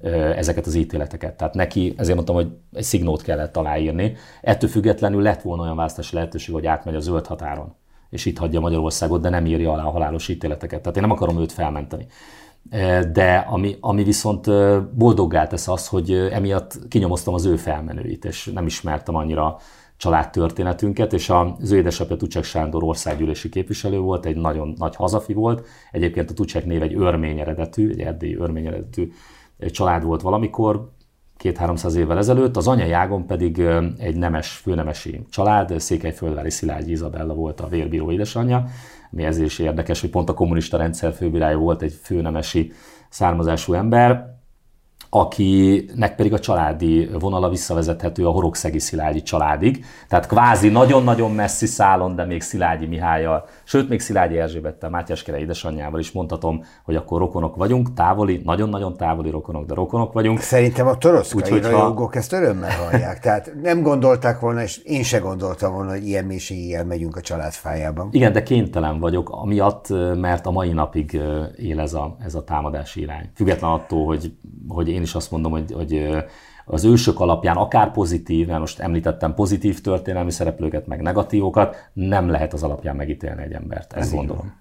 ezeket az ítéleteket. Tehát neki, ezért mondtam, hogy egy szignót kellett aláírni. Ettől függetlenül lett volna olyan választási lehetőség, hogy átmegy a zöld határon, és itt hagyja Magyarországot, de nem írja alá a halálos ítéleteket. Tehát én nem akarom őt felmenteni. De ami viszont boldoggá tesz az, hogy emiatt kinyomoztam az ő felmenőit, és nem ismertem annyira családtörténetünket, és az ő édesapja Tucsek Sándor országgyűlési képviselő volt, egy nagyon nagy hazafi volt. Egyébként a Tucsek név egy örmény eredetű, egy erdélyi örmény eredetű család volt valamikor, 200-300 évvel ezelőtt, az anyai ágon pedig egy főnemesi család, Székelyföldvári Szilágyi Izabella volt a vérbíró édesanyja, ami ezért is érdekes, hogy pont a kommunista rendszer főbírája volt egy főnemesi származású ember, akinek pedig a családi vonala visszavezethető a horogszegi Szilágyi családig. Tehát kvázi nagyon-nagyon messzi szálon, de még Szilágyi Mihállyal, sőt még Szilágyi Erzsébettel, Mátyás király édesanyjával is mondhatom, hogy akkor rokonok vagyunk, távoli, nagyon-nagyon távoli rokonok, de rokonok vagyunk. Szerintem a toroszkai rajongók ezt örömmel hallják. Tehát nem gondolták volna, és én se gondoltam volna, hogy ilyen mélységig elmegyünk a családfájában. Igen, de kénytelen vagyok, amiatt, mert a mai napig él ez a támadási irány. Független attól, hogy én is azt mondom, hogy az ősök alapján akár pozitív, mert most említettem pozitív történelmi szereplőket, meg negatívokat, nem lehet az alapján megítélni egy embert. Ezt gondolom.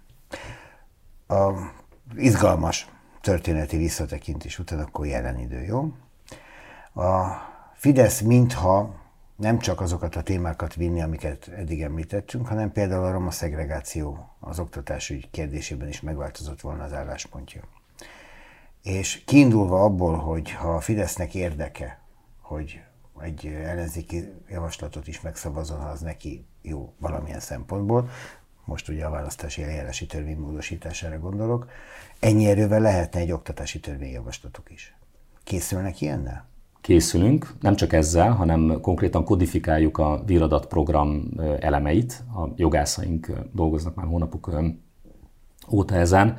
Izgalmas történeti visszatekintés után akkor jelen idő, jó? A Fidesz mintha nem csak azokat a témákat vinni, amiket eddig említettünk, hanem például a roma szegregáció az oktatásügy kérdésében is megváltozott volna az álláspontja. És kiindulva abból, hogy ha a Fidesznek érdeke, hogy egy ellenzéki javaslatot is megszavazzon, ha az neki jó valamilyen szempontból, most ugye a választási eljárási törvény módosítására gondolok, ennyi erővel lehetne egy oktatási törvényjavaslatok is. Készülnek ilyennel? Készülünk, nem csak ezzel, hanem konkrétan kodifikáljuk a víradatprogram elemeit. A jogászaink dolgoznak már hónapok óta ezen.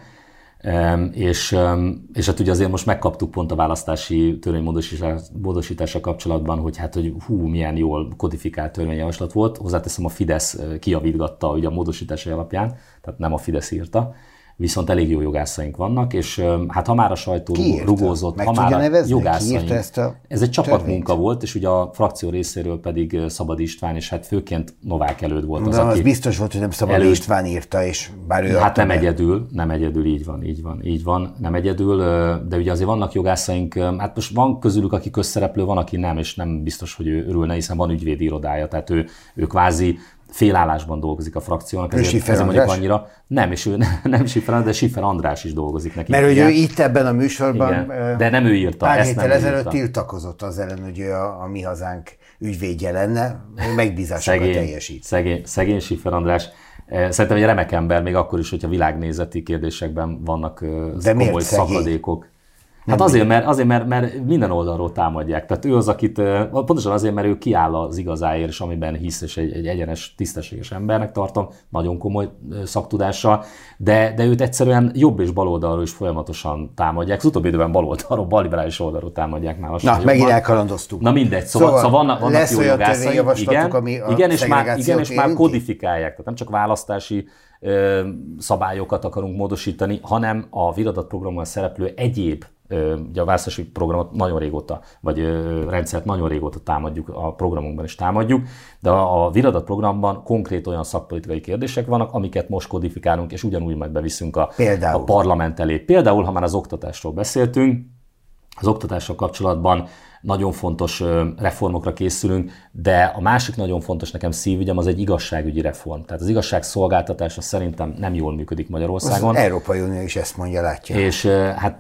És hát ugye azért most megkaptuk pont a választási törvénymódosítással kapcsolatban, hogy milyen jól kodifikált törvényjavaslat volt. Hozzáteszem, a Fidesz kijavítgatta ugye a módosításai alapján, tehát nem a Fidesz írta, viszont elég jó jogászaink vannak, és hát ha már a sajtó rugózott, ha már a jogászaink, ez egy csapatmunka volt, és ugye a frakció részéről pedig Szabad István, és hát főként Novák Előd volt az, aki... Az biztos volt, hogy nem Szabad István írta, és bár ő... Hát nem egyedül, így van, nem egyedül, de ugye azért vannak jogászaink, hát most van közülük, aki közszereplő, van, aki nem, és nem biztos, hogy ő örülne, hiszen van ügyvédi irodája, tehát ő kvázi félállásban dolgozik a frakciónak, ezért mondjuk annyira. Nem, és ő nem Schiffer András, de Schiffer András is dolgozik neki. Mert ugye ő itt ebben a műsorban igen, de nem ő írta. Pár héttel ezelőtt tiltakozott az ellen, hogy ő a Mi Hazánk ügyvédje lenne, megbízásokat teljesít. Szegény Schiffer András. Szerintem egy remek ember, még akkor is, hogyha világnézeti kérdésekben vannak komoly szakadékok. Hát azért, mert minden oldalról támadják. Tehát ő az, akit, pontosan azért, mert ő kiáll az igazáért, és amiben hisz, és egy egyenes, tisztességes embernek tartom, nagyon komoly szaktudással, de őt egyszerűen jobb és bal oldalról is folyamatosan támadják. Az utóbbi időben bal oldalról, balliberális oldalról támadják már lassan. Na, megint elkalandoztunk. Na mindegy, szóval vannak jó jogászaink, igen, és már kodifikálják. Tehát nem csak választási szabályokat akarunk módosítani, hanem a víradatprogramban szereplő egyéb, ugye a választási programot nagyon régóta, vagy rendszert nagyon régóta támadjuk, a programunkban is támadjuk, de a víradatprogramban konkrét olyan szakpolitikai kérdések vannak, amiket most kodifikálunk, és ugyanúgy majd beviszünk a parlament elé. Például, ha már az oktatásról beszéltünk, az oktatással kapcsolatban nagyon fontos reformokra készülünk, de a másik nagyon fontos nekem szívügyem az egy igazságügyi reform. Tehát az igazságszolgáltatása szerintem nem jól működik Magyarországon. Az Európai Unió is ezt mondja, látja. És hát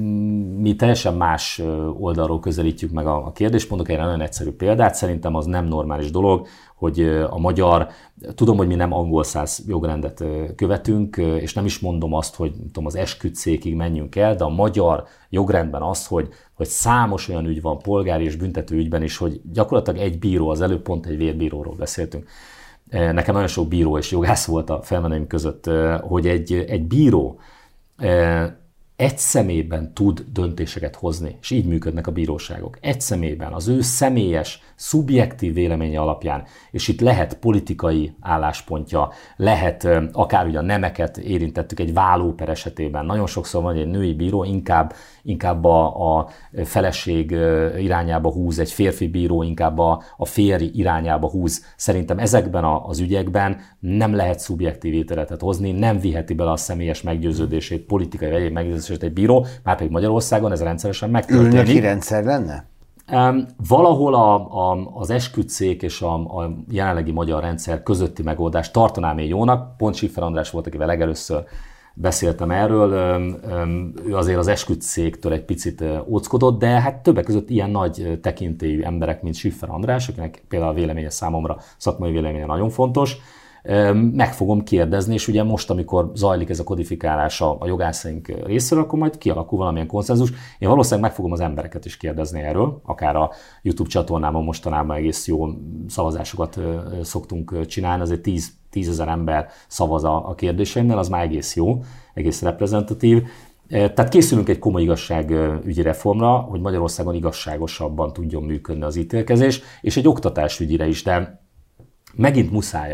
mi teljesen más oldalról közelítjük meg a kérdéspontokat. Egy nagyon egyszerű példát, szerintem az nem normális dolog, hogy a magyar, tudom, hogy mi nem angolszász jogrendet követünk, és nem is mondom azt, hogy az esküdtszékig menjünk el, de a magyar jogrendben az, hogy számos olyan ügy van, polgári és büntető ügyben is, hogy gyakorlatilag egy bíró, az előbb pont egy vérbíróról beszéltünk. Nekem nagyon sok bíró és jogász volt a felmenőim között, hogy egy bíró egy személyben tud döntéseket hozni, és így működnek a bíróságok. Egy személyben, az ő személyes, szubjektív véleménye alapján, és itt lehet politikai álláspontja, lehet akár ugye a nemeket érintettük egy vállóper esetében. Nagyon sokszor van, hogy egy női bíró inkább a feleség irányába húz, egy férfi bíró inkább a férj irányába húz. Szerintem ezekben az ügyekben nem lehet szubjektív ítéletet hozni, nem viheti bele a személyes meggyőződését, politikai vagy egyéb meggyőződését egy bíró, márpedig Magyarországon ez rendszeresen megtörténik. Ülnöki rendszer lenne? Valahol az esküdtszék és a jelenlegi magyar rendszer közötti megoldást tartanám én jónak. Pont Schiffer András volt, akivel legelőször beszéltem erről, ő azért az esküdtszéktől egy picit óckodott, de hát többek között ilyen nagy tekintélyű emberek, mint Schiffer András, akinek például a véleménye számomra, szakmai véleménye nagyon fontos, meg fogom kérdezni, és ugye most, amikor zajlik ez a kodifikálása a jogászaink részéről, akkor majd kialakul valamilyen konszenzus. Én valószínűleg meg fogom az embereket is kérdezni erről, akár a YouTube csatornámon mostanában egész jó szavazásokat szoktunk csinálni, azért 10 000 ember szavaz a kérdéseimnél, az már egész jó, egész reprezentatív. Tehát készülünk egy komoly igazságügyi reformra, hogy Magyarországon igazságosabban tudjon működni az ítélkezés, és egy oktatásügyire is, de megint muszáj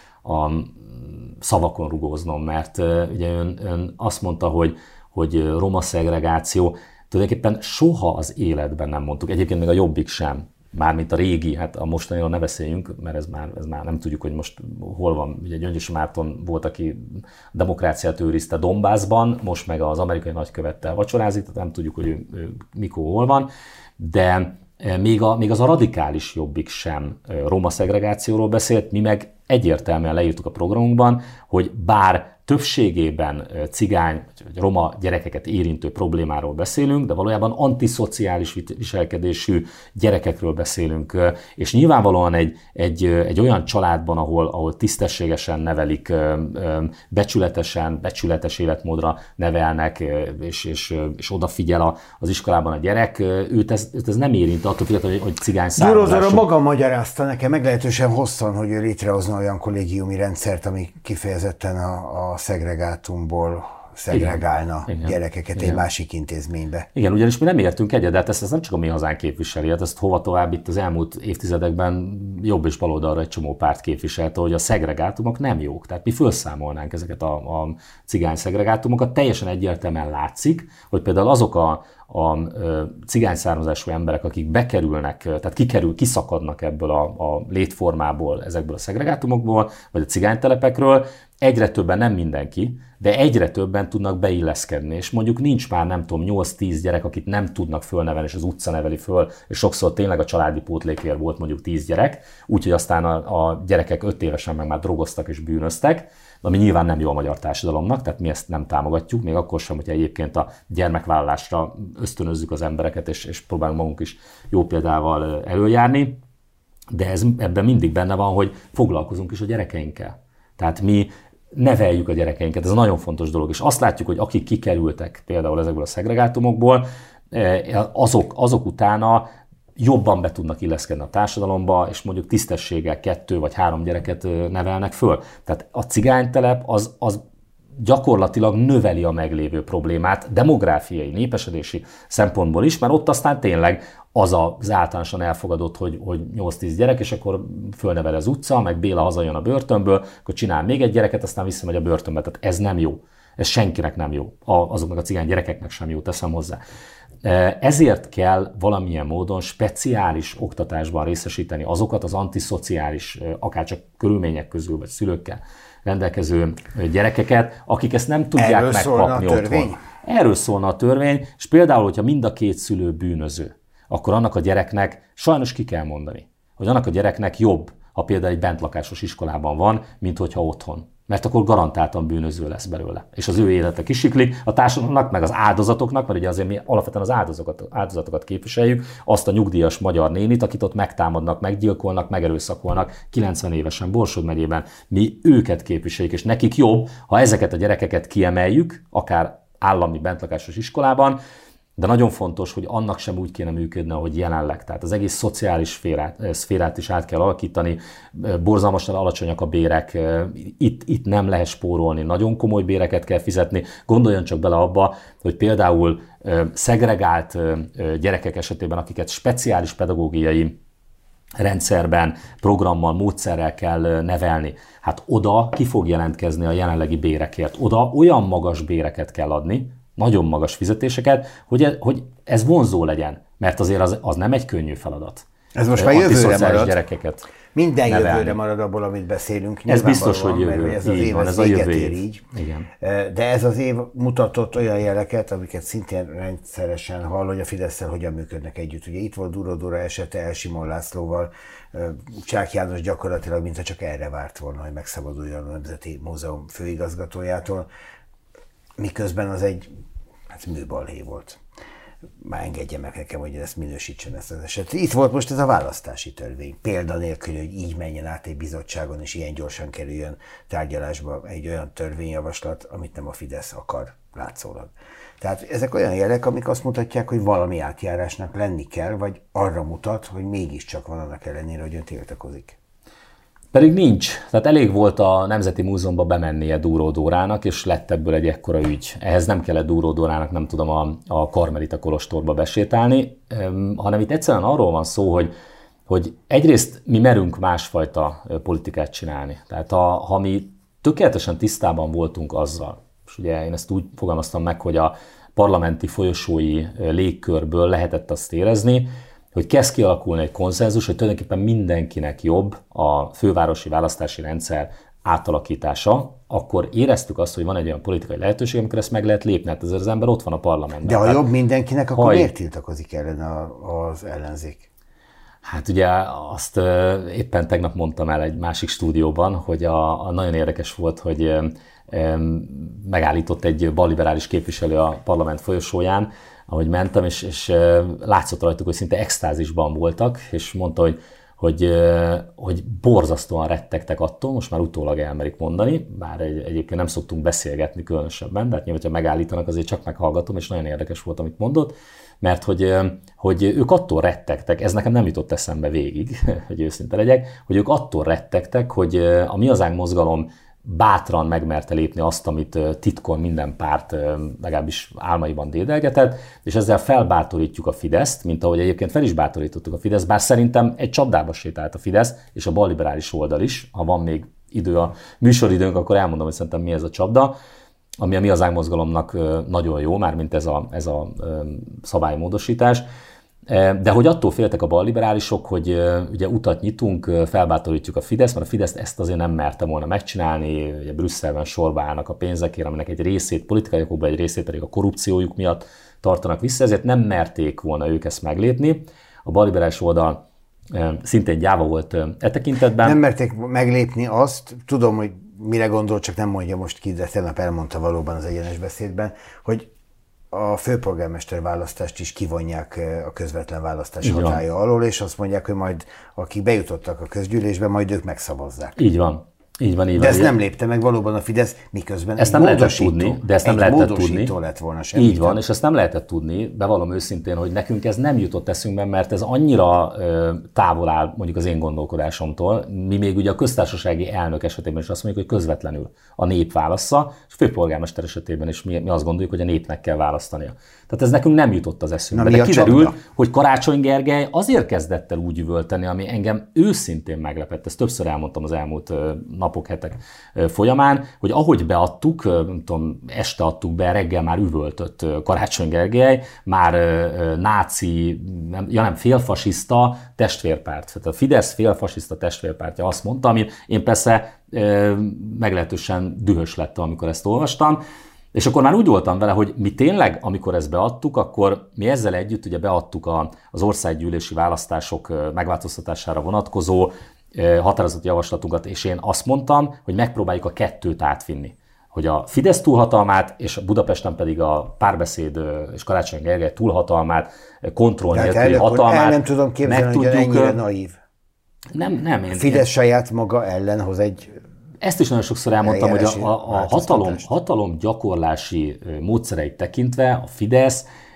a szavakon rugóznom, mert ugye ön azt mondta, hogy roma szegregáció, tulajdonképpen soha az életben nem mondtuk, egyébként még a Jobbik sem, mármint a régi, hát a mostaniról ne beszéljünk, mert ez már nem tudjuk, hogy most hol van. Ugye Gyöngyösi Márton volt, aki demokráciát őrizte Donbassban, most meg az amerikai nagykövettel vacsorázik, tehát nem tudjuk, hogy ő mikor hol van, de még az a radikális Jobbik sem roma szegregációról beszélt, mi meg egyértelműen leírtuk a programunkban, hogy bár többségében cigány vagy roma gyerekeket érintő problémáról beszélünk, de valójában antiszociális viselkedésű gyerekekről beszélünk, és nyilvánvalóan egy olyan családban, ahol tisztességesen nevelik, becsületesen, becsületes életmódra nevelnek, és odafigyel az iskolában a gyerek, őt ez nem érint, attól függetlenül, hogy cigány származású. Gyuró maga magyarázta nekem meglehetősen hosszan, hogy ő létrehozna olyan kollégiumi rendszert, ami kifejezetten a szegregátumból szegregálna gyerekeket egy másik intézménybe. Igen, ugyanis mi nem értünk egyet, de hát ezt nem csak a Mi Hazánk képviseli, hát ezt hova tovább itt az elmúlt évtizedekben jobb és baloldalra egy csomó párt képviselte, hogy a szegregátumok nem jók. Tehát mi felszámolnánk ezeket a cigány szegregátumokat. Teljesen egyértelműen látszik, hogy például azok a cigány származású emberek, akik bekerülnek, tehát kiszakadnak ebből a létformából, ezekből a szegregátumokból, vagy a cigánytelepekről, egyre többen, nem mindenki, de egyre többen tudnak beilleszkedni, és mondjuk nincs már, nem tudom, 8-10 gyerek, akit nem tudnak fölnevelni, és az utca neveli föl, és sokszor tényleg a családi pótlékért volt mondjuk 10 gyerek, úgyhogy aztán a gyerekek 5 évesen meg már drogoztak és bűnöztek, ami nyilván nem jó a magyar társadalomnak, tehát mi ezt nem támogatjuk, még akkor sem, hogyha egyébként a gyermekvállalásra ösztönözzük az embereket, és próbálunk magunk is jó példával előjárni, de ebben mindig benne van, hogy foglalkozunk is a gyerekeinkkel. Tehát mi neveljük a gyerekeinket, ez nagyon fontos dolog, és azt látjuk, hogy akik kikerültek például ezekből a szegregátumokból, azok utána jobban be tudnak illeszkedni a társadalomba, és mondjuk tisztességgel 2 vagy 3 gyereket nevelnek föl. Tehát a cigánytelep az gyakorlatilag növeli a meglévő problémát demográfiai, népesedési szempontból is, mert ott aztán tényleg az általánosan elfogadott, hogy 8-10 gyerek, és akkor fölnevel az utca, meg Béla hazajön a börtönből, akkor csinál még egy gyereket, aztán visszamegy a börtönbe. Tehát ez nem jó. Ez senkinek nem jó. Azoknak a cigány gyerekeknek sem jó, teszem hozzá. Ezért kell valamilyen módon speciális oktatásban részesíteni azokat az antiszociális, akárcsak körülmények közül, vagy szülőkkel rendelkező gyerekeket, akik ezt nem tudják megkapni otthon. Erről szólna a törvény, és például, hogyha mind a 2 szülő bűnöző, akkor annak a gyereknek sajnos ki kell mondani, hogy annak a gyereknek jobb, ha például egy bentlakásos iskolában van, mint hogyha otthon. Mert akkor garantáltan bűnöző lesz belőle. És az ő élete kisiklik, a társadalomnak, meg az áldozatoknak, mert ugye azért mi alapvetően az áldozatokat képviseljük, azt a nyugdíjas magyar nénit, akit ott megtámadnak, meggyilkolnak, megerőszakolnak 90 évesen Borsod megyében. Mi őket képviseljük, és nekik jobb, ha ezeket a gyerekeket kiemeljük, akár állami bentlakásos iskolában, de nagyon fontos, hogy annak sem úgy kéne működni, ahogy jelenleg. Tehát az egész szociális szférát is át kell alakítani, borzalmasan alacsonyak a bérek, itt nem lehet spórolni, nagyon komoly béreket kell fizetni. Gondoljon csak bele abba, hogy például szegregált gyerekek esetében, akiket speciális pedagógiai rendszerben, programmal, módszerrel kell nevelni. Hát oda ki fog jelentkezni a jelenlegi bérekért. Oda olyan magas béreket kell adni, nagyon magas fizetéseket, hogy ez vonzó legyen. Mert azért az nem egy könnyű feladat. Ez most már jövőre marad. Gyerekeket minden nevelni. Jövőre marad abból, amit beszélünk. Ez biztos, hogy jövő. Mert ez az év, ez a jövő év. Így. Igen. De ez az év mutatott olyan jeleket, amiket szintén rendszeresen hall, hogy a Fidesz-szel hogyan működnek együtt. Ugye itt volt Duro-Dóra esete Elsimon Lászlóval, Csák János gyakorlatilag mintha csak erre várt volna, hogy megszabaduljon a Nemzeti Múzeum főigazgatójától, miközben az egy műbalhé volt. Már engedje meg nekem, hogy ezt minősítsen ezt az esetet. Itt volt most ez a választási törvény. Példa nélkül, hogy így menjen át egy bizottságon, és ilyen gyorsan kerüljön tárgyalásba egy olyan törvényjavaslat, amit nem a Fidesz akar látszólag. Tehát ezek olyan jelek, amik azt mutatják, hogy valami átjárásnak lenni kell, vagy arra mutat, hogy mégiscsak van annak ellenére, hogy ön tiltakozik. Pedig nincs. Tehát elég volt a Nemzeti Múzeumba bemennie Dúró-Dórának, és lett ebből egy ekkora ügy. Ehhez nem kellett Dúró-Dórának, nem tudom, a Karmelita kolostorba besétálni, hanem itt egyszerűen arról van szó, hogy egyrészt mi merünk másfajta politikát csinálni. Tehát ha mi tökéletesen tisztában voltunk azzal, és ugye én ezt úgy fogalmaztam meg, hogy a parlamenti folyosói légkörből lehetett azt érezni, hogy kezd kialakulni egy konszenzus, hogy tulajdonképpen mindenkinek jobb a fővárosi választási rendszer átalakítása, akkor éreztük azt, hogy van egy olyan politikai lehetőség, amikor ezt meg lehet lépni, hát ezért az ember ott van a parlamentben. De ha jobb mindenkinek, akkor miért tiltakozik ellen az ellenzék? Hát ugye azt éppen tegnap mondtam el egy másik stúdióban, hogy nagyon érdekes volt, hogy megállított egy balliberális képviselő a parlament folyosóján, ahogy mentem, és látszott rajtuk, hogy szinte extázisban voltak, és mondta, hogy borzasztóan rettegtek attól, most már utólag elmerik mondani, bár egyébként nem szoktunk beszélgetni különösebben, de hát nyilván, ha megállítanak, azért csak meghallgatom, és nagyon érdekes volt, amit mondott, mert hogy ők attól rettegtek, ez nekem nem jutott eszembe végig, hogy őszinte legyek, hogy ők attól rettegtek, hogy a Mi Hazánk mozgalom bátran megmerte lépni azt, amit titkon minden párt legalábbis álmaiban dédelgetett, és ezzel felbátorítjuk a Fideszt, mint ahogy egyébként fel is bátorítottuk a Fideszt, bár szerintem egy csapdába sétált a Fidesz, és a balliberális oldal is. Ha van még idő a műsoridőnk, akkor elmondom, hogy szerintem mi ez a csapda, ami a Mi Hazánk mozgalomnak nagyon jó, mármint ez a szabálymódosítás. De hogy attól féltek a balliberálisok, hogy ugye utat nyitunk, felbátorítjuk a Fidesz, mert a Fidesz ezt azért nem merte volna megcsinálni, ugye Brüsszelben sorba állnak a pénzekért, aminek egy részét politikai okokból, egy részét pedig a korrupciójuk miatt tartanak vissza, ezért nem merték volna ők ezt meglépni. A balliberális oldal szintén gyáva volt e tekintetben. Nem merték meglépni azt, tudom, hogy mire gondol, csak nem mondja most ki, de tegnap elmondta valóban az egyenes beszédben, hogy a főpolgármester választást is kivonják a közvetlen választás hatálya alól, és azt mondják, hogy majd akik bejutottak a közgyűlésbe, majd ők megszavazzák. Így van. Így van, így de van. ezt nem lépte meg valóban a Fidesz, miközben ezt nem lehetett tudni, de ezt nem lehetett tudni. Lett volna így van, és ezt nem lehetett tudni, bevallom őszintén, hogy nekünk ez nem jutott eszünkbe, mert ez annyira távol áll mondjuk az én gondolkodásomtól. Mi még ugye a köztársasági elnök esetében is azt mondjuk, hogy közvetlenül a nép válassza, és a főpolgármester esetében is mi azt gondoljuk, hogy a népnek kell választania. Tehát ez nekünk nem jutott az eszünkbe. De kiderült, hogy Karácsony Gergely azért kezdett el úgy üvölteni, ami engem őszintén meglepett. Ezt többször elmondtam az elmúlt napok, hetek folyamán, hogy ahogy beadtuk, nem tudom, este adtuk be, reggel már üvöltött Karácsony Gergely, már náci, nem félfasiszta testvérpárt. Tehát a Fidesz félfasiszta testvérpártja azt mondta, amit én persze meglehetősen dühös lettem, amikor ezt olvastam. És akkor már úgy voltam vele, hogy mi tényleg, amikor ezt beadtuk, akkor mi ezzel együtt ugye beadtuk az országgyűlési választások megváltoztatására vonatkozó határozott javaslatunkat, és én azt mondtam, hogy megpróbáljuk a kettőt átvinni. Hogy a Fidesz túlhatalmát, és Budapesten pedig a Párbeszéd és Karácsony Gergely túlhatalmát, kontroll nélküli hatalmát. Nem tudom képzelni, hogy ennyire naív. Nem. Fidesz saját maga ellen hoz egy... Ezt is nagyon sokszor elmondtam, hogy a hatalom gyakorlási módszereit tekintve a Fidesz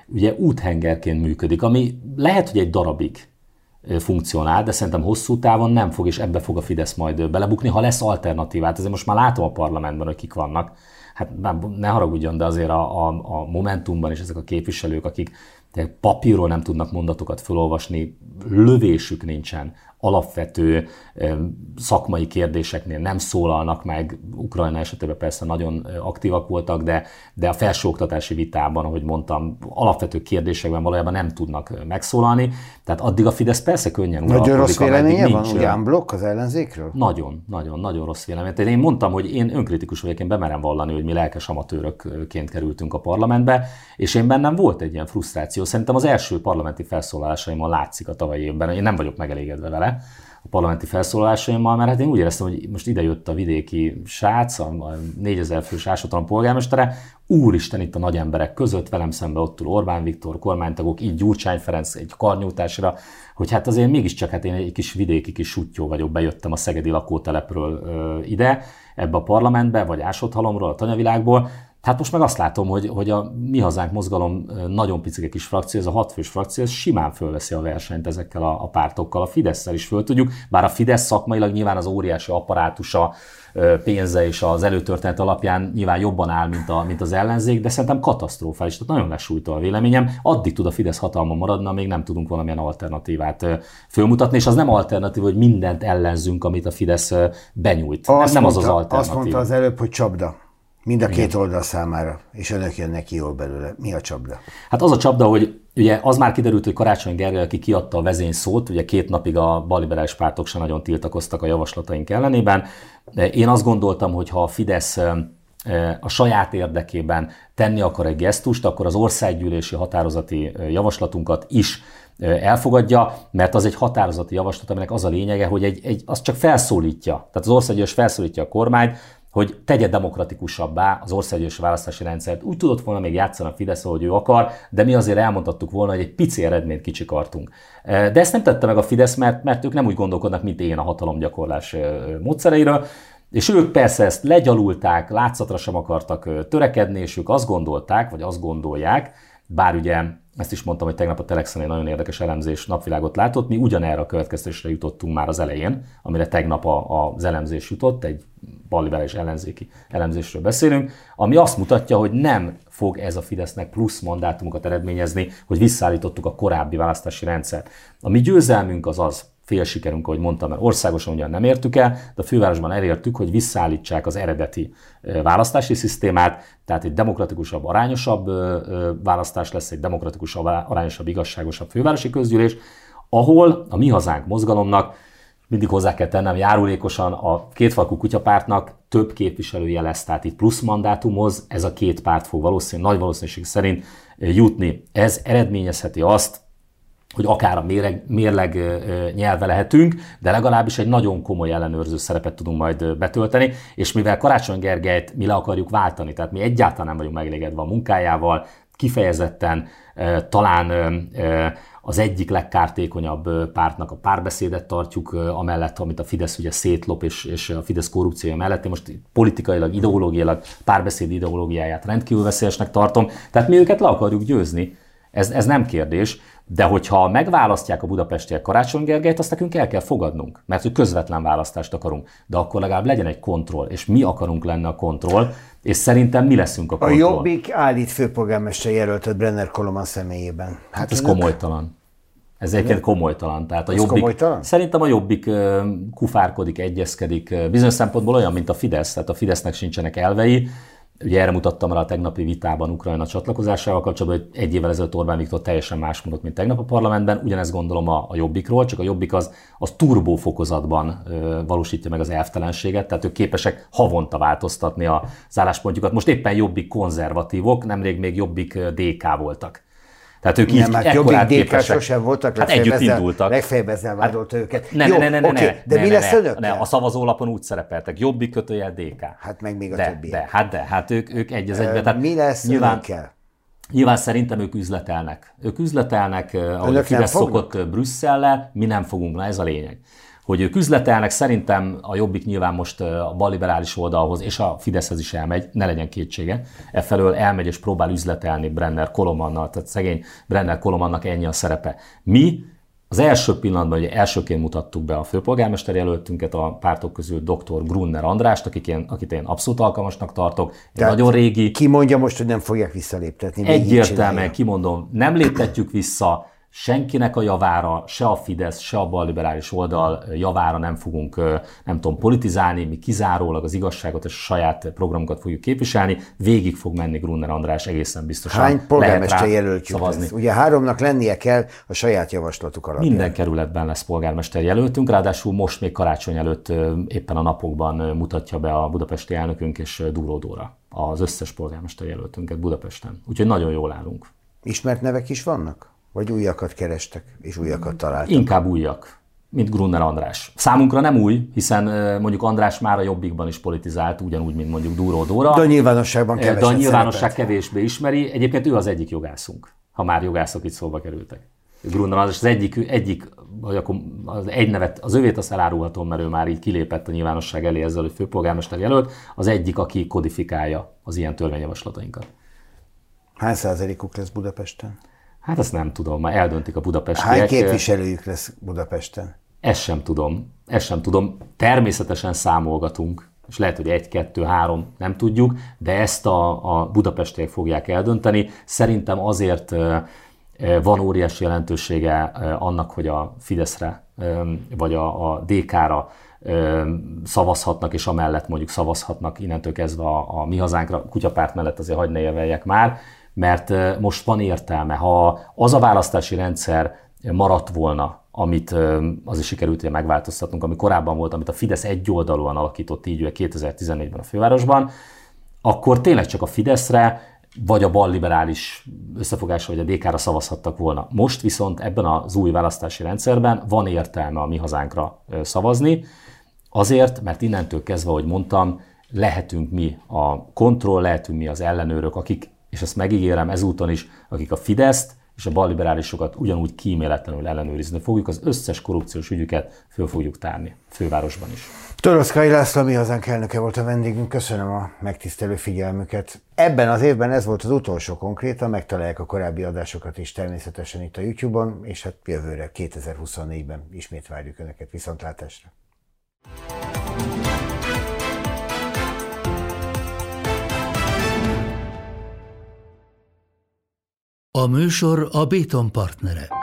ugye úthengerként működik, ami lehet, hogy egy darabig funkcionál, de szerintem hosszú távon nem fog, és ebbe fog a Fidesz majd belebukni, ha lesz alternatívát. Ezért most már látom a parlamentben, hogy kik vannak. Hát ne haragudjon, de azért a Momentumban is ezek a képviselők, akik papírról nem tudnak mondatokat felolvasni, lövésük nincsen, alapvető szakmai kérdéseknél nem szólalnak meg, Ukrajna esetében persze nagyon aktívak voltak, de a felsőoktatási vitában, ahogy mondtam, alapvető kérdésekben valójában nem tudnak megszólalni, tehát addig a Fidesz persze könnyen uralkodik. Nagyon rossz véleménye van, ugye unblock az ellenzékről? Nagyon rossz vélemény. Tehát én mondtam, hogy én önkritikus vagyok, én bemerem vallani, hogy mi lelkes amatőrökként kerültünk a parlamentbe, és én bennem volt egy ilyen frusztráció. Szerintem az első parlamenti felszólalásaimmal látszik a tavalyi évben, én nem vagyok megelégedve vele a parlamenti felszólalásaimmal, mert hát én úgy éreztem, hogy most ide jött a vidéki srác, a 4000 fős ársatalom polgármestere, úristen, itt a nagy emberek között, velem szemben ott ül Orbán Viktor, kormánytagok, így Gyurcsány Ferenc egy karnyújtásra, hogy hát azért mégiscsak hát én egy kis vidéki kis suttyó vagyok, bejöttem a szegedi lakótelepről ide, ebbe a parlamentbe, vagy Ásodhalomról, a tanyavilágból. Hát most meg azt látom, hogy a Mi Hazánk mozgalom nagyon picike kis frakció, ez a 6 fős frakció, ez simán fölveszi a versenyt ezekkel a pártokkal. A Fidesszel is föl tudjuk, bár a Fidesz szakmailag nyilván az óriási apparátusa, pénze és az előtörténet alapján nyilván jobban áll, mint az ellenzék, de szerintem katasztrofális, tehát nagyon lesújtó a véleményem. Addig tud a Fidesz hatalma maradni, amíg nem tudunk valamilyen alternatívát fölmutatni, és az nem alternatív, hogy mindent ellenzünk, amit a Fidesz benyújt. Nem az alternatív. Azt mondta az előbb, hogy csapda. Mind a két oldal számára, és önök jönnek ki jól belőle. Mi a csapda? Hát az a csapda, hogy ugye az már kiderült, hogy Karácsony Gergely, aki kiadta a vezényszót, ugye 2 napig a balliberális pártok sem nagyon tiltakoztak a javaslataink ellenében. Én azt gondoltam, hogy ha a Fidesz a saját érdekében tenni akar egy gesztust, akkor az országgyűlési határozati javaslatunkat is elfogadja, mert az egy határozati javaslat, aminek az a lényege, hogy az csak felszólítja, tehát az országgyűlés felszólítja a kormányt, hogy tegye demokratikusabbá az országgyűlési választási rendszert. Úgy tudott volna még játszani a Fidesz, ahogy ő akar, de mi azért elmondhattuk volna, hogy egy pici eredményt kicsikartunk. De ezt nem tette meg a Fidesz, mert ők nem úgy gondolkodnak, mint én a hatalomgyakorlás módszereiről, és ők persze ezt legyalulták, látszatra sem akartak törekedni, és ők azt gondolták, vagy azt gondolják, bár ugye ezt is mondtam, hogy tegnap a Telexen egy nagyon érdekes elemzés napvilágot látott, mi ugyanerre a következtetésre jutottunk már az elején, amire tegnap az elemzés jutott, egy balliberális ellenzéki elemzésről beszélünk, ami azt mutatja, hogy nem fog ez a Fidesznek plusz mandátumokat eredményezni, hogy visszaállítottuk a korábbi választási rendszert. A mi győzelmünk az fél sikerünk, ahogy mondtam, mert országosan ugyan nem értük el, de a fővárosban elértük, hogy visszaállítsák az eredeti választási szisztémát, tehát egy demokratikusabb, arányosabb választás lesz, egy demokratikusabb, arányosabb, igazságosabb fővárosi közgyűlés, ahol a Mi Hazánk mozgalomnak, mindig hozzá kell tennem, járulékosan a Kétfarkú Kutyapártnak több képviselője lesz, tehát itt plusz mandátumhoz ez a két párt fog nagy valószínűség szerint jutni. Ez eredményezheti azt, hogy akár a mérleg nyelve lehetünk, de legalábbis egy nagyon komoly ellenőrző szerepet tudunk majd betölteni, és mivel Karácsony Gergelyt mi le akarjuk váltani, tehát mi egyáltalán nem vagyunk megelégedve a munkájával, kifejezetten talán az egyik legkártékonyabb pártnak a Párbeszédet tartjuk, amellett, amit a Fidesz ugye szétlop, és a Fidesz korrupciója mellett. Én most politikailag, ideológiailag Párbeszéd ideológiáját rendkívül veszélyesnek tartom, tehát mi őket le akarjuk győzni. Ez nem kérdés, de hogyha megválasztják a budapestiek Karácsony Gergelyt, azt nekünk el kell fogadnunk, mert hogy közvetlen választást akarunk. De akkor legalább legyen egy kontroll, és mi akarunk lenni a kontroll, és szerintem mi leszünk a kontroll. A Jobbik állít főpolgármester jelöltet Brenner Koloman személyében. Hát ez komolytalan. Ez egyébként komolytalan. Tehát a Jobbik, komolytalan? Szerintem a Jobbik kufárkodik, egyezkedik, bizonyos szempontból olyan, mint a Fidesz, tehát a Fidesznek sincsenek elvei. Ugye erre mutattam rá a tegnapi vitában Ukrajna csatlakozásával kapcsolatban, hogy egy évvel ezelőtt Orbán Viktor teljesen más mondott, mint tegnap a parlamentben. Ugyanezt gondolom a Jobbikról, csak a Jobbik az turbófokozatban valósítja meg az elvtelenséget, tehát ők képesek havonta változtatni az álláspontjukat. Most éppen Jobbik konzervatívok, nemrég még Jobbik DK voltak. Tehát ők így ekkorát képesek. Sosem voltak, hát együtt indultak. Legfeljebb ezzel vádolta őket. De mi lesz önökkel? A szavazólapon úgy szerepeltek, Jobbik / DK. Hát meg még a többi. Hát ők egy az egyben. Mi lesz önökkel? Nyilván szerintem ők üzletelnek. Ők üzletelnek, ahogy a Fidesz szokott Brüsszellel, mi nem fogunk, na ez a lényeg. hogy ők üzletelnek, szerintem a Jobbik nyilván most a balliberális oldalhoz és a Fideszhez is elmegy, ne legyen kétsége. Efelől elmegy és próbál üzletelni Brenner Kolomannal, tehát szegény Brenner Kolomannak ennyi a szerepe. Mi az első pillanatban, ugye elsőként mutattuk be a főpolgármester jelöltünket a pártok közül, dr. Grunner Andrást, akit én abszolút alkalmasnak tartok, nagyon régi. Ki mondja most, hogy nem fogják visszaléptetni? Egyértelműen kimondom, nem léptetjük vissza, senkinek a javára, se a Fidesz, se a balliberális oldal javára nem fogunk, nem tudom, politizálni, mi kizárólag az igazságot és a saját programunkat fogjuk képviselni, végig fog menni Grunner András egészen biztosan. Hány polgármester jelöltjük lesz? Ugye 3-nak lennie kell a saját javaslatuk alapján. Minden kerületben lesz polgármester jelöltünk, ráadásul most még karácsony előtt éppen a napokban mutatja be a budapesti elnökünk és Dúró Dóra az összes polgármester jelöltünket Budapesten. Úgyhogy nagyon jól állunk. Ismert nevek is vannak? Vagy újakat kerestek, és újakat találtak? Inkább újak, mint Grunner András. Számunkra nem új, hiszen mondjuk András már a Jobbikban is politizált, ugyanúgy, mint mondjuk Dúró Dóra. De a nyilvánosságban keveset. De a nyilvánosság kevésbé ismeri. Egyébként ő az egyik jogászunk, ha már jogászok itt szóba kerültek. Grunner András az egyik vagy akkor az egy nevet, az övét azt elárulhatom, mert ő már így kilépett a nyilvánosság elé ezzel, hogy főpolgármester jelölt, az egyik, aki kodifikálja az ilyen törvényjavaslatainkat. Hány százalékuk lesz Budapesten? Hát azt nem tudom, már eldöntik a budapestiek. Hány képviselőjük lesz Budapesten? Ezt sem tudom. Természetesen számolgatunk, és lehet, hogy 1, 2, 3, nem tudjuk, de ezt a budapestiek fogják eldönteni. Szerintem azért van óriási jelentősége annak, hogy a Fideszre vagy a DK-ra szavazhatnak, és amellett mondjuk szavazhatnak innentől kezdve a Mi Hazánkra, Kutyapárt mellett azért hadd ne érveljek már, mert most van értelme. Ha az a választási rendszer maradt volna, amit az is sikerült megváltoztatnunk, ami korábban volt, amit a Fidesz egyoldalúan alakított így 2014-ben a fővárosban, akkor tényleg csak a Fideszre, vagy a balliberális összefogásra, vagy a DK-ra szavazhattak volna. Most viszont ebben az új választási rendszerben van értelme a Mi Hazánkra szavazni, azért, mert innentől kezdve, ahogy mondtam, lehetünk mi a kontroll, lehetünk mi az ellenőrök, akik, és ezt megígérem ezúton is, akik a Fideszt és a balliberálisokat ugyanúgy kíméletlenül ellenőrizni fogjuk, az összes korrupciós ügyüket föl fogjuk tárni, fővárosban is. Toroczkai László, Mi Hazánk elnöke volt a vendégünk, köszönöm a megtisztelő figyelmüket. Ebben az évben ez volt az utolsó konkrétan, megtalálják a korábbi adásokat is természetesen itt a YouTube-on, és hát jövőre, 2024-ben ismét várjuk Önöket, viszontlátásra. A műsor a Béton partnere.